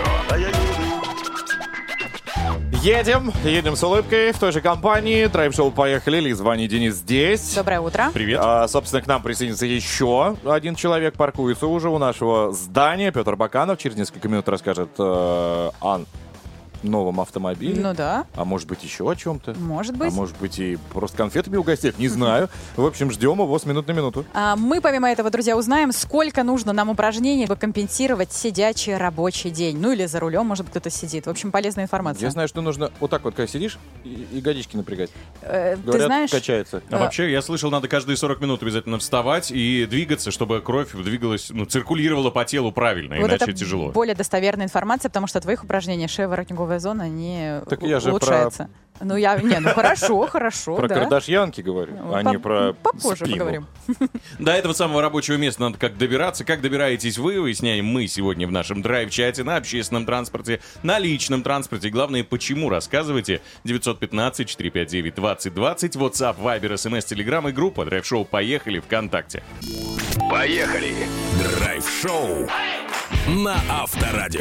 Едем с улыбкой в той же компании. Драйв-шоу «Поехали». Лиз, Ваня, Денис здесь. Доброе утро. Привет. Собственно, к нам присоединится еще один человек. Паркуется уже у нашего здания. Петр Баканов. Через несколько минут расскажет новом автомобиле. Ну да. А может быть, еще о чем-то. Может быть. А может быть, и просто конфетами угостить. Не знаю. В общем, ждем его с минут на минуту. Мы, помимо этого, друзья, узнаем, сколько нужно нам упражнений, чтобы компенсировать сидячий рабочий день. Ну или за рулем, может, кто-то сидит. В общем, полезная информация. Я знаю, что нужно вот так вот, когда сидишь, и годички напрягать. Говорят, ты знаешь, качается. А вообще, я слышал, надо каждые 40 минут обязательно вставать и двигаться, чтобы кровь двигалась, циркулировала по телу правильно, вот иначе это тяжело. Более достоверная информация, потому что твоих упражнений шея-воротниковая зона не улучшается. Хорошо, Про Кардашьянки говорю, а не про попозже спину. поговорим. До этого самого рабочего места надо как добираться. Как добираетесь вы, выясняем мы сегодня в нашем драйв-чате на общественном транспорте, на личном транспорте. Главное, почему, рассказывайте. 915-459-2020, WhatsApp, Viber, SMS, Telegram и группа Драйв-шоу «Поехали» ВКонтакте. Поехали! Драйв-шоу на Авторадио.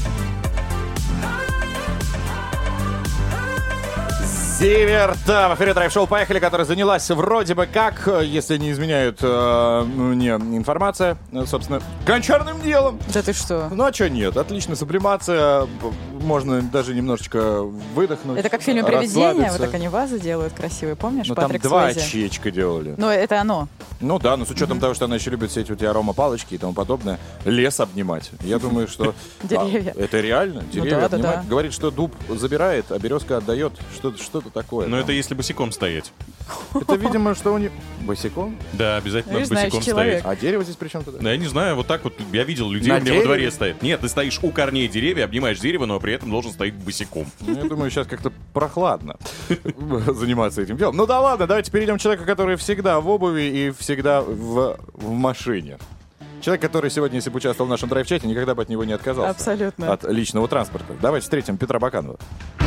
Зиверт в эфире драйв-шоу «Поехали», которая занялась вроде бы как, если не изменяют мне информация, собственно, гончарным делом. Да ты что? Ну а что нет? Отличная сублимация, можно даже немножечко выдохнуть. Это как в фильме «Привидение», вот так они вазы делают красивые, помнишь? Ну там Патрик 2 Суэйзи. очечка делали. Ну это оно. Ну да, но с учетом того, что она еще любит все эти аромапалочки и тому подобное, лес обнимать. Я думаю, что деревья. Это реально, деревья да, обнимать. Да. Говорит, что дуб забирает, а березка отдает. Что-то такое. Но это если босиком стоять. Это, видимо, что у них... Босиком? Да, обязательно босиком стоять. А дерево здесь при чем тогда? Да, я не знаю, вот так вот я видел людей, у меня во дворе стоят. Нет, ты стоишь у корней деревья, обнимаешь дерево, но при этом должен стоять босиком. Я думаю, сейчас как-то прохладно заниматься этим делом. Ну да ладно, давайте перейдем к человеку, который всегда в обуви и всегда в машине. Человек, который сегодня, если бы участвовал в нашем драйв-чате, никогда бы от него не отказался. Абсолютно. От личного транспорта. Давайте встретим Петра Баканова.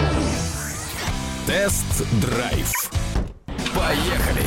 Тест-драйв. Поехали!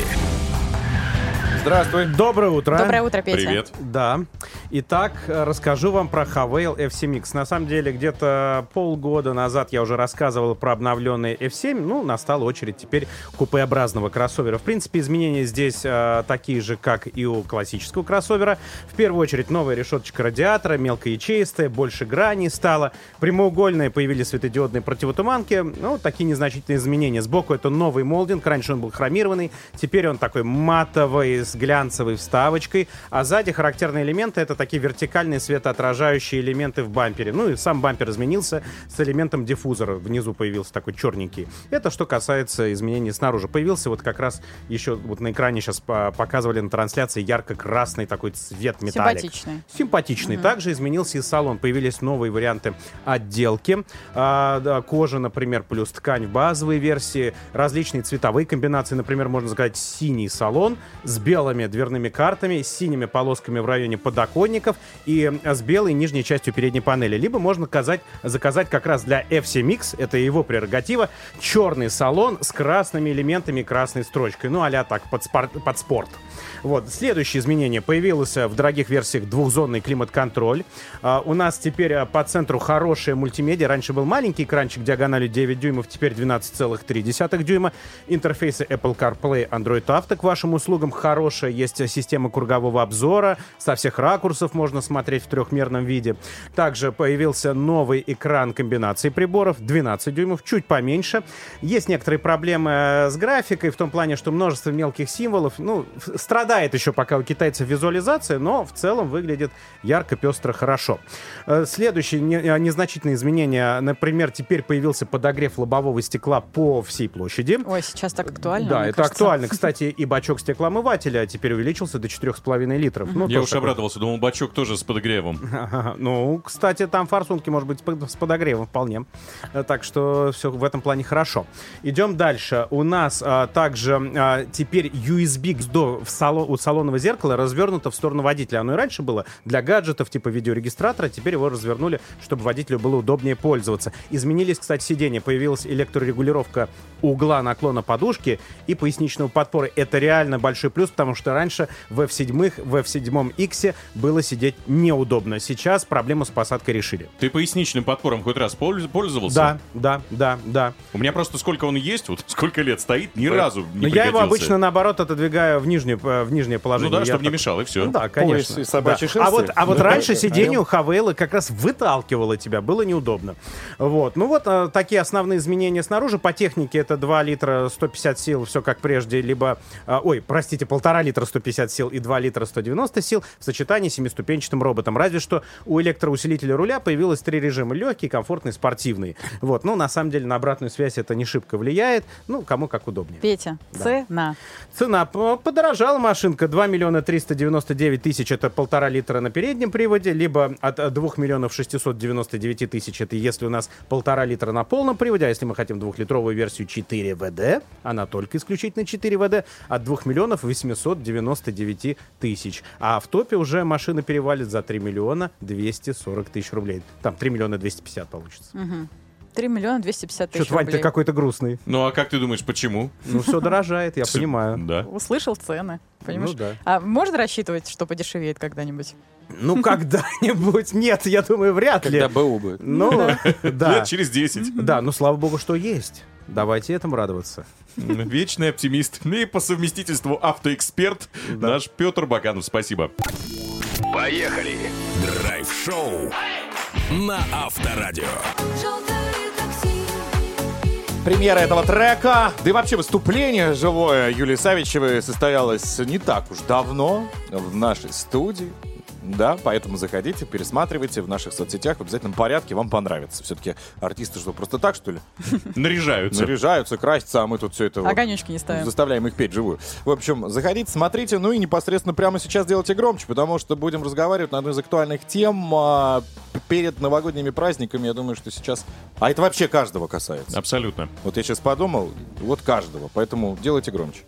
Здравствуй. Доброе утро. Доброе утро, Петя. Привет. Да. Итак, расскажу вам про Havail FC-Mix. На самом деле, где-то полгода назад я уже рассказывал про обновленный F7. Ну, настала очередь теперь купеобразного кроссовера. В принципе, изменения здесь такие же, как и у классического кроссовера. В первую очередь, новая решеточка радиатора, мелкоячеистая, больше граней стало. Прямоугольные появились светодиодные противотуманки. Ну, такие незначительные изменения. Сбоку это новый молдинг. Раньше он был хромированный. Теперь он такой матовый, с глянцевой вставочкой. А сзади характерные элементы — это такие вертикальные светоотражающие элементы в бампере. Ну и сам бампер изменился с элементом диффузора. Внизу появился такой черненький. Это что касается изменений снаружи. Появился вот как раз еще вот на экране сейчас показывали на трансляции ярко-красный такой цвет металлик. Симпатичный. Также изменился и салон. Появились новые варианты отделки. Кожа, например, плюс ткань в базовой версии. Различные цветовые комбинации. Например, можно сказать, синий салон с белыми дверными картами, с синими полосками в районе подоконников и с белой нижней частью передней панели. Либо можно заказать как раз для FC-Mix, это его прерогатива, черный салон с красными элементами и красной строчкой. Ну, а-ля так, под спорт. Вот. Следующее изменение. Появилось в дорогих версиях двухзонный климат-контроль. У нас теперь по центру хорошая мультимедиа. Раньше был маленький экранчик диагональю 9 дюймов, теперь 12,3 дюйма. Интерфейсы Apple CarPlay, Android Auto к вашим услугам. Хорошая есть система кругового обзора. Со всех ракурсов можно смотреть в трехмерном виде. Также появился новый экран комбинации приборов. 12 дюймов, чуть поменьше. Есть некоторые проблемы с графикой, в том плане, что множество мелких символов. Ну, страдает еще пока у китайцев визуализация, но в целом выглядит ярко, пестро, хорошо. Следующие незначительные изменения. Например, теперь появился подогрев лобового стекла по всей площади. Ой, сейчас так актуально. Да, это актуально. Кстати, и бачок стеклоомывателя теперь увеличился до 4,5 литров. Ну, я уж обрадовался, думал, бачок тоже с подогревом. Ну, кстати, там форсунки, может быть, с подогревом вполне. Так что все в этом плане хорошо. Идем дальше. У нас также теперь USB-гнездо у салонного зеркала развернуто в сторону водителя. Оно и раньше было для гаджетов типа видеорегистратора. Теперь его развернули, чтобы водителю было удобнее пользоваться. Изменились, кстати, сиденья. Появилась электрорегулировка угла наклона подушки и поясничного подпоры. Это реально большой плюс, потому что раньше в F7, в F7X было было сидеть неудобно. Сейчас проблему с посадкой решили. Ты поясничным подпором хоть раз пользовался? Да. У меня просто сколько он есть, вот сколько лет стоит, ни разу не пригодился. Я его обычно, наоборот, отодвигаю в нижнее положение. Ну да, чтобы не мешал, и все. Да, конечно. Пояс и собачье Да. шерсти. А вот раньше сиденье у Хавейлы как раз выталкивало тебя, было неудобно. Вот. Ну вот такие основные изменения снаружи. По технике это 2 литра 150 сил, все как прежде, либо, 1,5 литра 150 сил и 2 литра 190 сил в сочетании с 7-ступенчатым роботом. Разве что у электроусилителя руля появилось 3 режима: легкий, комфортный, спортивный. Вот. Ну, на самом деле, на обратную связь это не шибко влияет. Ну, кому как удобнее. Петя, да. Цена. Подорожала машинка. 2 миллиона 399 тысяч — это 1,5 литра на переднем приводе, либо от 2 миллионов 699 тысяч — это если у нас 1,5 литра на полном приводе, а если мы хотим 2-литровую версию 4 ВД, она только исключительно 4 ВД, от 2 миллионов 899 тысяч. А в топе уже машина перевалит за 3 миллиона 240 тысяч рублей. Там 3 миллиона 250 получится. 3 миллиона 250 тысяч Что-то, Вань, рублей. ты какой-то грустный. Ну, а как ты думаешь, почему? Ну, все дорожает, я понимаю. Да. Услышал цены, понимаешь? Ну, да. А можно рассчитывать, что подешевеет когда-нибудь? Ну, когда-нибудь. Нет, я думаю, вряд ли. Когда БУ будет. Ну, да. Лет через 10. Да, ну, слава богу, что есть. Давайте этому радоваться. Вечный оптимист. И по совместительству автоэксперт наш Петр Баканов. Спасибо. Поехали! Драйв-шоу на Авторадио. Премьера этого трека, да и вообще выступление живое Юлии Савичевой состоялось не так уж давно в нашей студии. Да, поэтому заходите, пересматривайте в наших соцсетях в обязательном порядке, вам понравится. Все-таки артисты что, просто так, что ли? Наряжаются, красятся, а мы тут все это... Огонечки не ставим. Заставляем их петь живую. В общем, заходите, смотрите, ну и непосредственно прямо сейчас делайте громче, потому что будем разговаривать на одной из актуальных тем перед новогодними праздниками. Я думаю, что сейчас... А это вообще каждого касается. Абсолютно. Вот я сейчас подумал, вот каждого, поэтому делайте громче.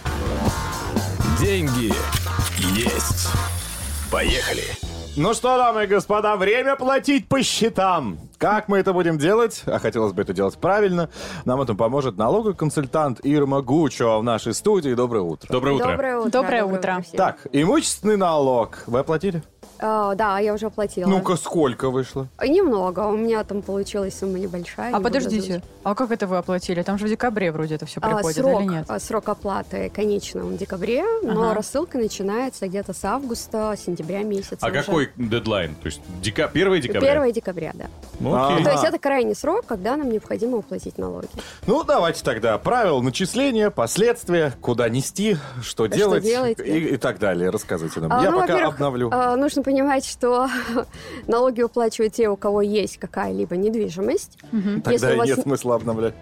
Деньги есть. Поехали! Ну что, дамы и господа, время платить по счетам. Как мы это будем делать? А хотелось бы это делать правильно. Нам в этом поможет налоговый консультант Ирма Гучо в нашей студии. Доброе утро. Доброе утро. Доброе утро. Так, имущественный налог вы оплатили? Да, я уже оплатила. Ну-ка, сколько вышло? Немного, у меня там получилась сумма небольшая. А подождите, а как это вы оплатили? Там же в декабре вроде это все приходит, или нет? Срок оплаты, конечно, в декабре, но рассылка начинается где-то с августа, сентября месяца. А уже. какой дедлайн? То есть 1 декабря? 1 декабря, да. Окей. То есть это крайний срок, когда нам необходимо уплатить налоги. Ну, давайте тогда правила начисления, последствия, куда нести, что делать и так далее. Рассказывайте нам. Я пока обновлю. Нужно понимать, что налоги уплачивают те, у кого есть какая-либо недвижимость. Тогда нет смысла обновлять.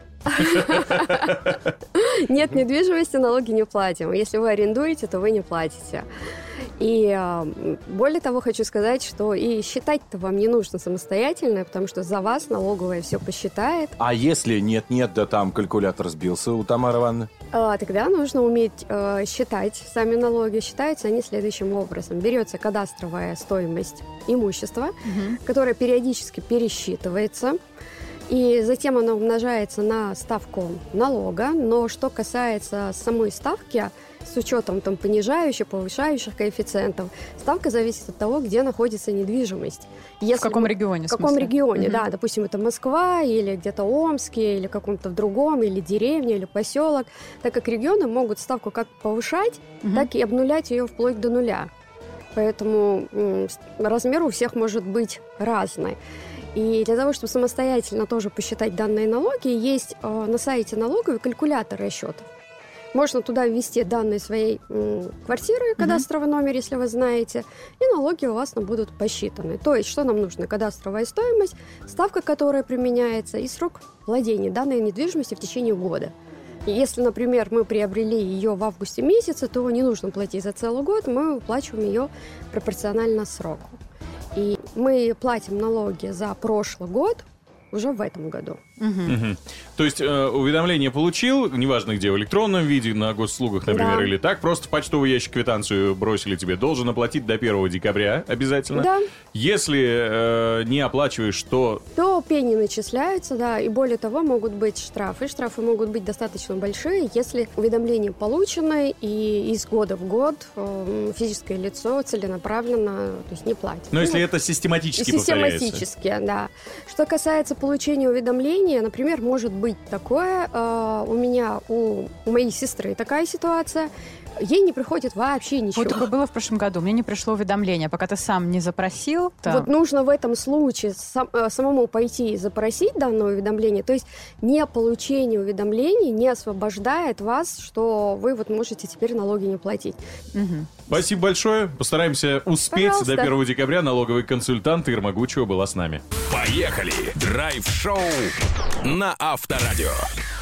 Нет недвижимости, налоги не платим. Если вы арендуете, то вы не платите. И более того, хочу сказать, что и считать-то вам не нужно самостоятельно, потому что за вас налоговая все посчитает. А если нет, да там калькулятор сбился у Тамары Ивановны? Тогда нужно уметь считать сами налоги. Считаются они следующим образом. Берется кадастровая стоимость имущества, которая периодически пересчитывается. И затем она умножается на ставку налога. Но что касается самой ставки, с учетом там понижающих, повышающих коэффициентов, ставка зависит от того, где находится недвижимость. В каком регионе? В каком регионе, да. Допустим, это Москва, или где-то Омске, или каком-то в другом, или деревня, или поселок. Так как регионы могут ставку как повышать, так и обнулять ее вплоть до нуля. Поэтому размер у всех может быть разный. И для того, чтобы самостоятельно тоже посчитать данные налоги, есть на сайте налоговой калькулятор расчетов. Можно туда ввести данные своей квартиры, кадастровый номер, если вы знаете, и налоги у вас будут посчитаны. То есть, что нам нужно? Кадастровая стоимость, ставка, которая применяется, и срок владения данной недвижимости в течение года. И если, например, мы приобрели ее в августе месяце, то не нужно платить за целый год, мы уплачиваем ее пропорционально сроку. И мы платим налоги за прошлый год уже в этом году. То есть уведомление получил, неважно где, в электронном виде, на госуслугах, например, или так, просто в почтовый ящик квитанцию бросили тебе, должен оплатить до 1 декабря обязательно. Да. Если не оплачиваешь, то пени начисляются, да, и более того, могут быть штрафы. Штрафы могут быть достаточно большие, если уведомления получены, и из года в год физическое лицо целенаправленно, то есть не платит. Но если это систематически повторяется. Систематически, да. Что касается получения уведомления, например, может быть такое, у моей сестры такая ситуация, ей не приходит вообще ничего. Вот такое было в прошлом году. Мне не пришло уведомление, пока ты сам не запросил. Вот нужно в этом случае самому пойти и запросить данное уведомление. То есть не получение уведомлений не освобождает вас, что вы вот можете теперь налоги не платить. Спасибо большое. Постараемся успеть. Пожалуйста. До 1 декабря налоговый консультант Ирма Гучева была с нами. Поехали! Драйв-шоу на Авторадио.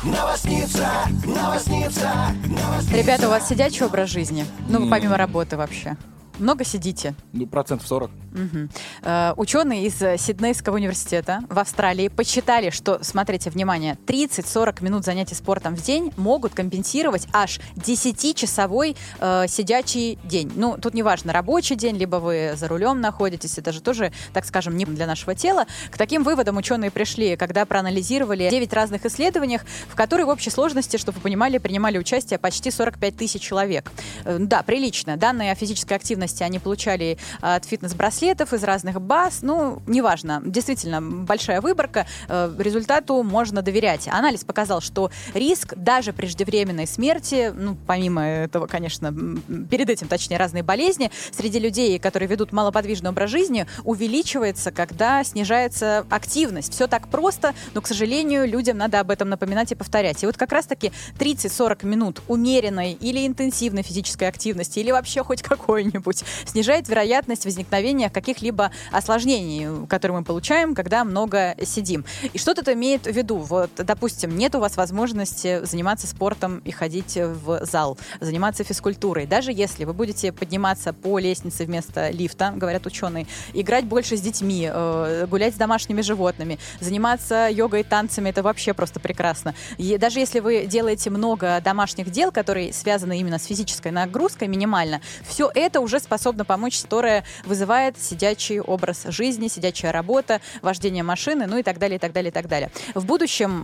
Ребята, у вас сидячий образ жизни? Ну, помимо работы вообще. Много сидите? 40%. Ученые из Сиднейского университета в Австралии подсчитали, что, смотрите, внимание, 30-40 минут занятий спортом в день могут компенсировать аж 10-часовой сидячий день. Ну, тут неважно, рабочий день, либо вы за рулем находитесь, это же тоже, так скажем, не для нашего тела. К таким выводам ученые пришли, когда проанализировали 9 разных исследований, в которых в общей сложности, чтобы вы понимали, принимали участие почти 45 тысяч человек. Да, прилично. Данные о физической активности они получали от фитнес-браслетов из разных баз. Ну, неважно. Действительно, большая выборка. Результату можно доверять. Анализ показал, что риск даже преждевременной смерти, ну, помимо этого, конечно, перед этим, точнее, разные болезни, среди людей, которые ведут малоподвижный образ жизни, увеличивается, когда снижается активность. Все так просто, но, к сожалению, людям надо об этом напоминать и повторять. И вот как раз-таки 30-40 минут умеренной или интенсивной физической активности, или вообще хоть какой-нибудь, снижает вероятность возникновения каких-либо осложнений, которые мы получаем, когда много сидим. И что это имеет в виду? Вот, допустим, нет у вас возможности заниматься спортом и ходить в зал, заниматься физкультурой. Даже если вы будете подниматься по лестнице вместо лифта, говорят ученые, играть больше с детьми, гулять с домашними животными, заниматься йогой и танцами, это вообще просто прекрасно. И даже если вы делаете много домашних дел, которые связаны именно с физической нагрузкой минимально, все это уже способна помочь, которая вызывает сидячий образ жизни, сидячая работа, вождение машины, ну и так далее, и так далее, и так далее. В будущем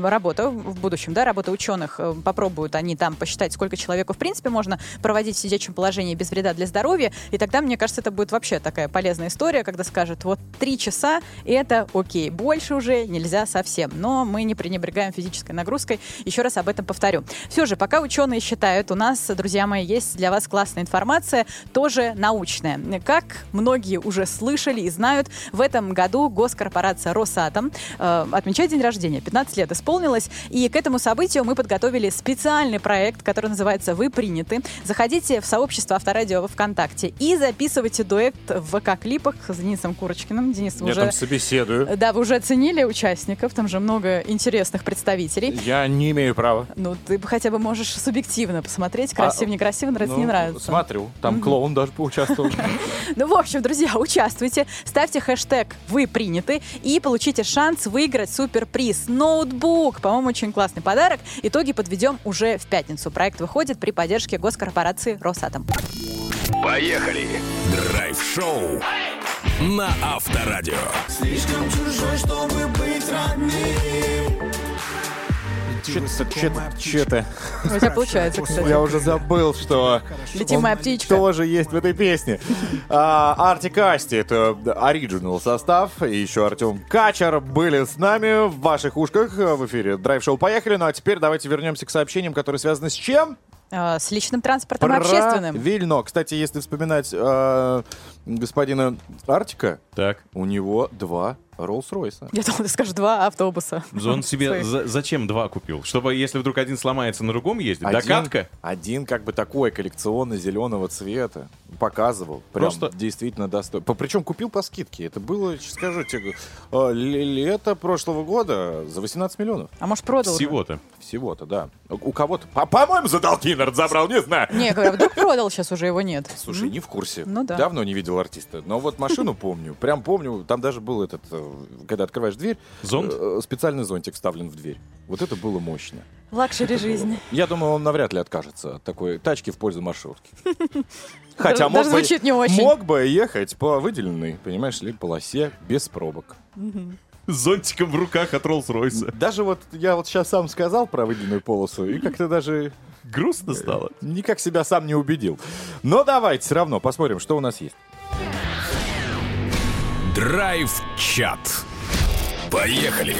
работа ученых, попробуют они там посчитать, сколько человеку в принципе можно проводить в сидячем положении без вреда для здоровья, и тогда, мне кажется, это будет вообще такая полезная история, когда скажут, вот 3 часа, и это окей, больше уже нельзя совсем, но мы не пренебрегаем физической нагрузкой, еще раз об этом повторю. Все же, пока ученые считают, у нас, друзья мои, есть для вас классная информация, тоже научная. Как многие уже слышали и знают, в этом году госкорпорация Росатом отмечает день рождения. 15 лет исполнилось. И к этому событию мы подготовили специальный проект, который называется «Вы приняты». Заходите в сообщество Авторадио во ВКонтакте и записывайте дуэт в ВК-клипах с Денисом Курочкиным. Денис, Я там собеседую. Да, вы уже оценили участников, там же много интересных представителей. Я не имею права. Ну, ты хотя бы можешь субъективно посмотреть, красиво, некрасиво, нравится, не нравится. Смотрю, там клоун даже поучаствовал. Ну, в общем, друзья, участвуйте, ставьте хэштег «Вы приняты» и получите шанс выиграть суперприз. Ноутбук, по-моему, очень классный подарок. Итоги подведем уже в пятницу. Проект выходит при поддержке госкорпорации Росатом. Поехали! Драйв-шоу на Авторадио. Слишком чужой, чтобы быть родным. Че-то. У тебя получается, кстати. Я уже забыл, что «Летимая птичка» тоже есть в этой песне. Артик Асти — это оригинал состав. И еще Артем Качер были с нами в ваших ушках в эфире Драйв-шоу «Поехали». Ну а теперь давайте вернемся к сообщениям, которые связаны с чем? С личным транспортом общественным. Правильно. Кстати, если вспоминать господина Артика, так, у него 2 Роллс-Ройса. Я думал, ты скажешь 2 автобуса. Он себе зачем 2 купил? Чтобы, если вдруг один сломается, на другом ездить? Докатка? Один как бы такой коллекционный зеленого цвета. Показывал. Прям просто действительно достойно. Причем купил по скидке. Это было, скажу тебе, лето прошлого года за 18 миллионов. А может, продал? Всего-то. Всего-то, да. У кого-то, по-моему, за долги, наверное, забрал, не знаю. Не, говорю, вдруг продал, сейчас уже его нет. Слушай, не в курсе. Ну да. Давно не видел артиста. Но вот машину помню. Прям помню. Там даже был этот когда открываешь дверь, Зонт? Специальный зонтик вставлен в дверь. Вот это было мощно. Лакшери жизни. Я думаю, он навряд ли откажется от такой тачки в пользу маршрутки. Хотя даже звучит не очень. Мог бы ехать по выделенной, понимаешь ли, полосе без пробок. С зонтиком в руках от Роллс-Ройса. Даже вот я вот сейчас сам сказал про выделенную полосу, и как-то даже... Грустно стало. Никак себя сам не убедил. Но давайте все равно посмотрим, что у нас есть. Драйв-чат. Поехали.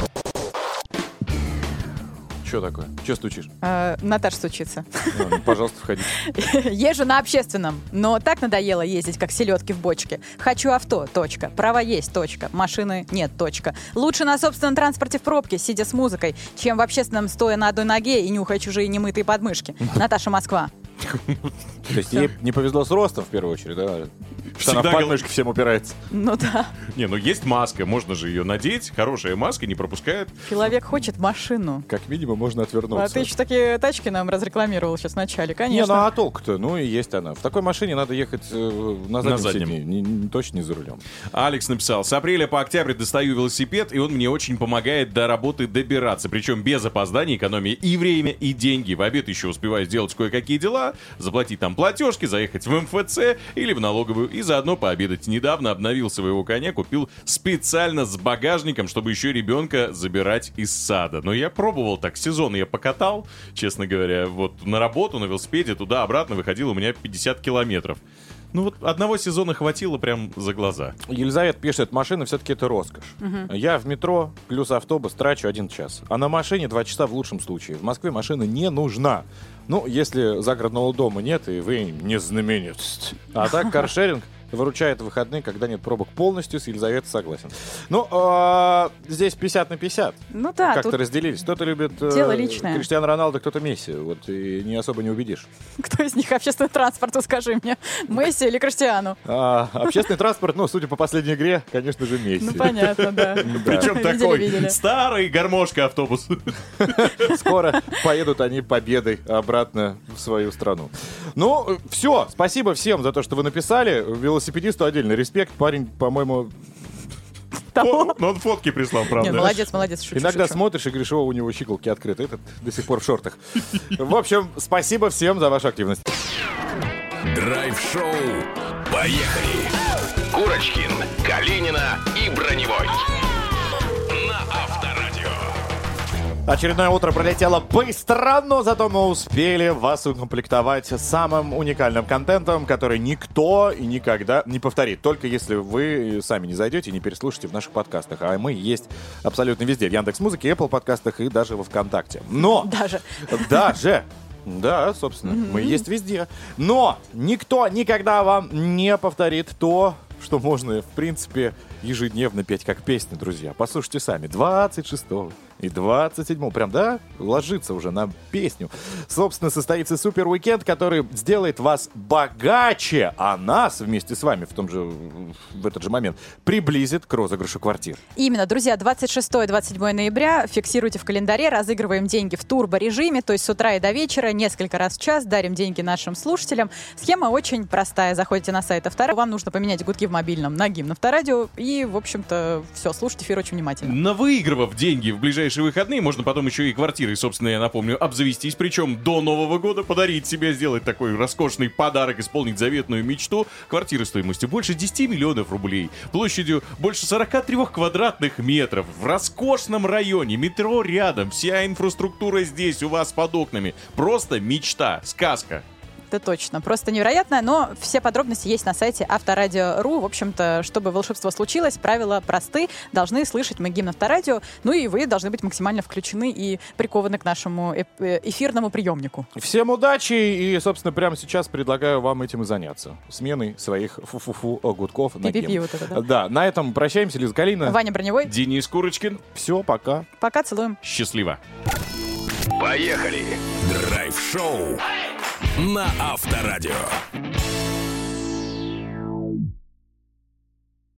Что такое? Че стучишь? Наташа стучится. Ну, пожалуйста, входи. Езжу на общественном, но так надоело ездить, как селедки в бочке. Хочу авто, точка. Права есть, точка. Машины нет, точка. Лучше на собственном транспорте в пробке, сидя с музыкой, чем в общественном, стоя на одной ноге и нюхая чужие немытые подмышки. Наташа, Москва. То есть ей не повезло с ростом, в первую очередь, да? Что она в подмышке всем упирается. Ну да. Не, ну есть маска, можно же ее надеть. Хорошая маска, не пропускает. Человек хочет машину. Как минимум можно отвернуться. А ты еще такие тачки нам разрекламировал сейчас в начале, конечно. Не, ну а толку-то? Ну и есть она. В такой машине надо ехать на заднем сиденье, точно не за рулем. Алекс написал: с апреля по октябрь достаю велосипед, и он мне очень помогает до работы добираться. Причем без опозданий, экономия и время, и деньги. В обед еще успеваю сделать кое-какие дела, заплатить там платежки, заехать в МФЦ или в налоговую и заодно пообедать. Недавно обновил своего коня, купил специально с багажником, чтобы еще ребенка забирать из сада. Но я пробовал так, сезон я покатал, честно говоря, вот на работу, на велосипеде, туда-обратно выходил у меня 50 километров. Ну вот одного сезона хватило прям за глаза. Елизавета пишет, машина все-таки это роскошь. Я в метро плюс автобус трачу 1 час. А на машине 2 часа в лучшем случае. В Москве машина не нужна. Ну, если загородного дома нет, и вы не знаменитость. А так каршеринг выручает в выходные, когда нет пробок полностью, с Елизаветой согласен. Ну, здесь 50 на 50. Ну да. Как-то разделились. Кто-то любит дело личное. Криштиану Роналду, кто-то Месси. Вот и не особо не убедишь. Кто из них общественный транспорт, скажи мне? Месси или Криштиану? Общественный транспорт, ну, судя по последней игре, конечно же, Месси. Ну, понятно, да. Причем такой старый гармошка автобус. Скоро поедут они победой обратно в свою страну. Ну, все. Спасибо всем за то, что вы написали. Велосипедисту отдельный респект. Парень, по-моему... Но он фотки прислал, правда. Не, молодец, шучу. Иногда смотришь и говоришь, о, у него щиколотки открыты. Этот до сих пор в шортах. В общем, спасибо всем за вашу активность. Драйв-шоу. Поехали. Курочкин, Калинина и Броневой. На Авторадио. Очередное утро пролетело быстро, но зато мы успели вас укомплектовать самым уникальным контентом, который никто и никогда не повторит. Только если вы сами не зайдете и не переслушаете в наших подкастах. А мы есть абсолютно везде. В Яндекс.Музыке, Apple подкастах и даже во ВКонтакте. Но... Даже... Да, собственно, мы есть везде. Но никто никогда вам не повторит то, что можно, в принципе, ежедневно петь как песни, друзья. Послушайте сами. 26-го и 27-го. Прям, да, ложится уже на песню. Собственно, состоится супер-уикенд, который сделает вас богаче, а нас вместе с вами в этот же момент приблизит к розыгрышу квартир. Именно, друзья, 26-27 ноября фиксируйте в календаре, разыгрываем деньги в турбо-режиме, то есть с утра и до вечера, несколько раз в час, дарим деньги нашим слушателям. Схема очень простая. Заходите на сайт Авторадио, вам нужно поменять гудки в мобильном на гимн Авторадио, и, в общем-то, все, слушайте эфир очень внимательно. На выигрывав деньги в ближайшие выходные, можно потом еще и квартирой, собственно, я напомню, обзавестись, причем до Нового года подарить себе, сделать такой роскошный подарок, исполнить заветную мечту. Квартира стоимостью больше 10 миллионов рублей, площадью больше 43 квадратных метров, в роскошном районе, метро рядом, вся инфраструктура здесь у вас под окнами. Просто мечта, сказка. Это точно. Просто невероятно, но все подробности есть на сайте Авторадио.ру. В общем-то, чтобы волшебство случилось, правила просты. Должны слышать мы гимн Авторадио, ну и вы должны быть максимально включены и прикованы к нашему эфирному приемнику. Всем удачи и, собственно, прямо сейчас предлагаю вам этим и заняться. Сменой своих фу-фу-фу гудков на гимн. Вот это, да. Да, на этом прощаемся. Лиза Калинина, Ваня Броневой, Денис Курочкин. Все, пока. Пока, целуем. Счастливо. Поехали. Драйв-шоу на Авторадио.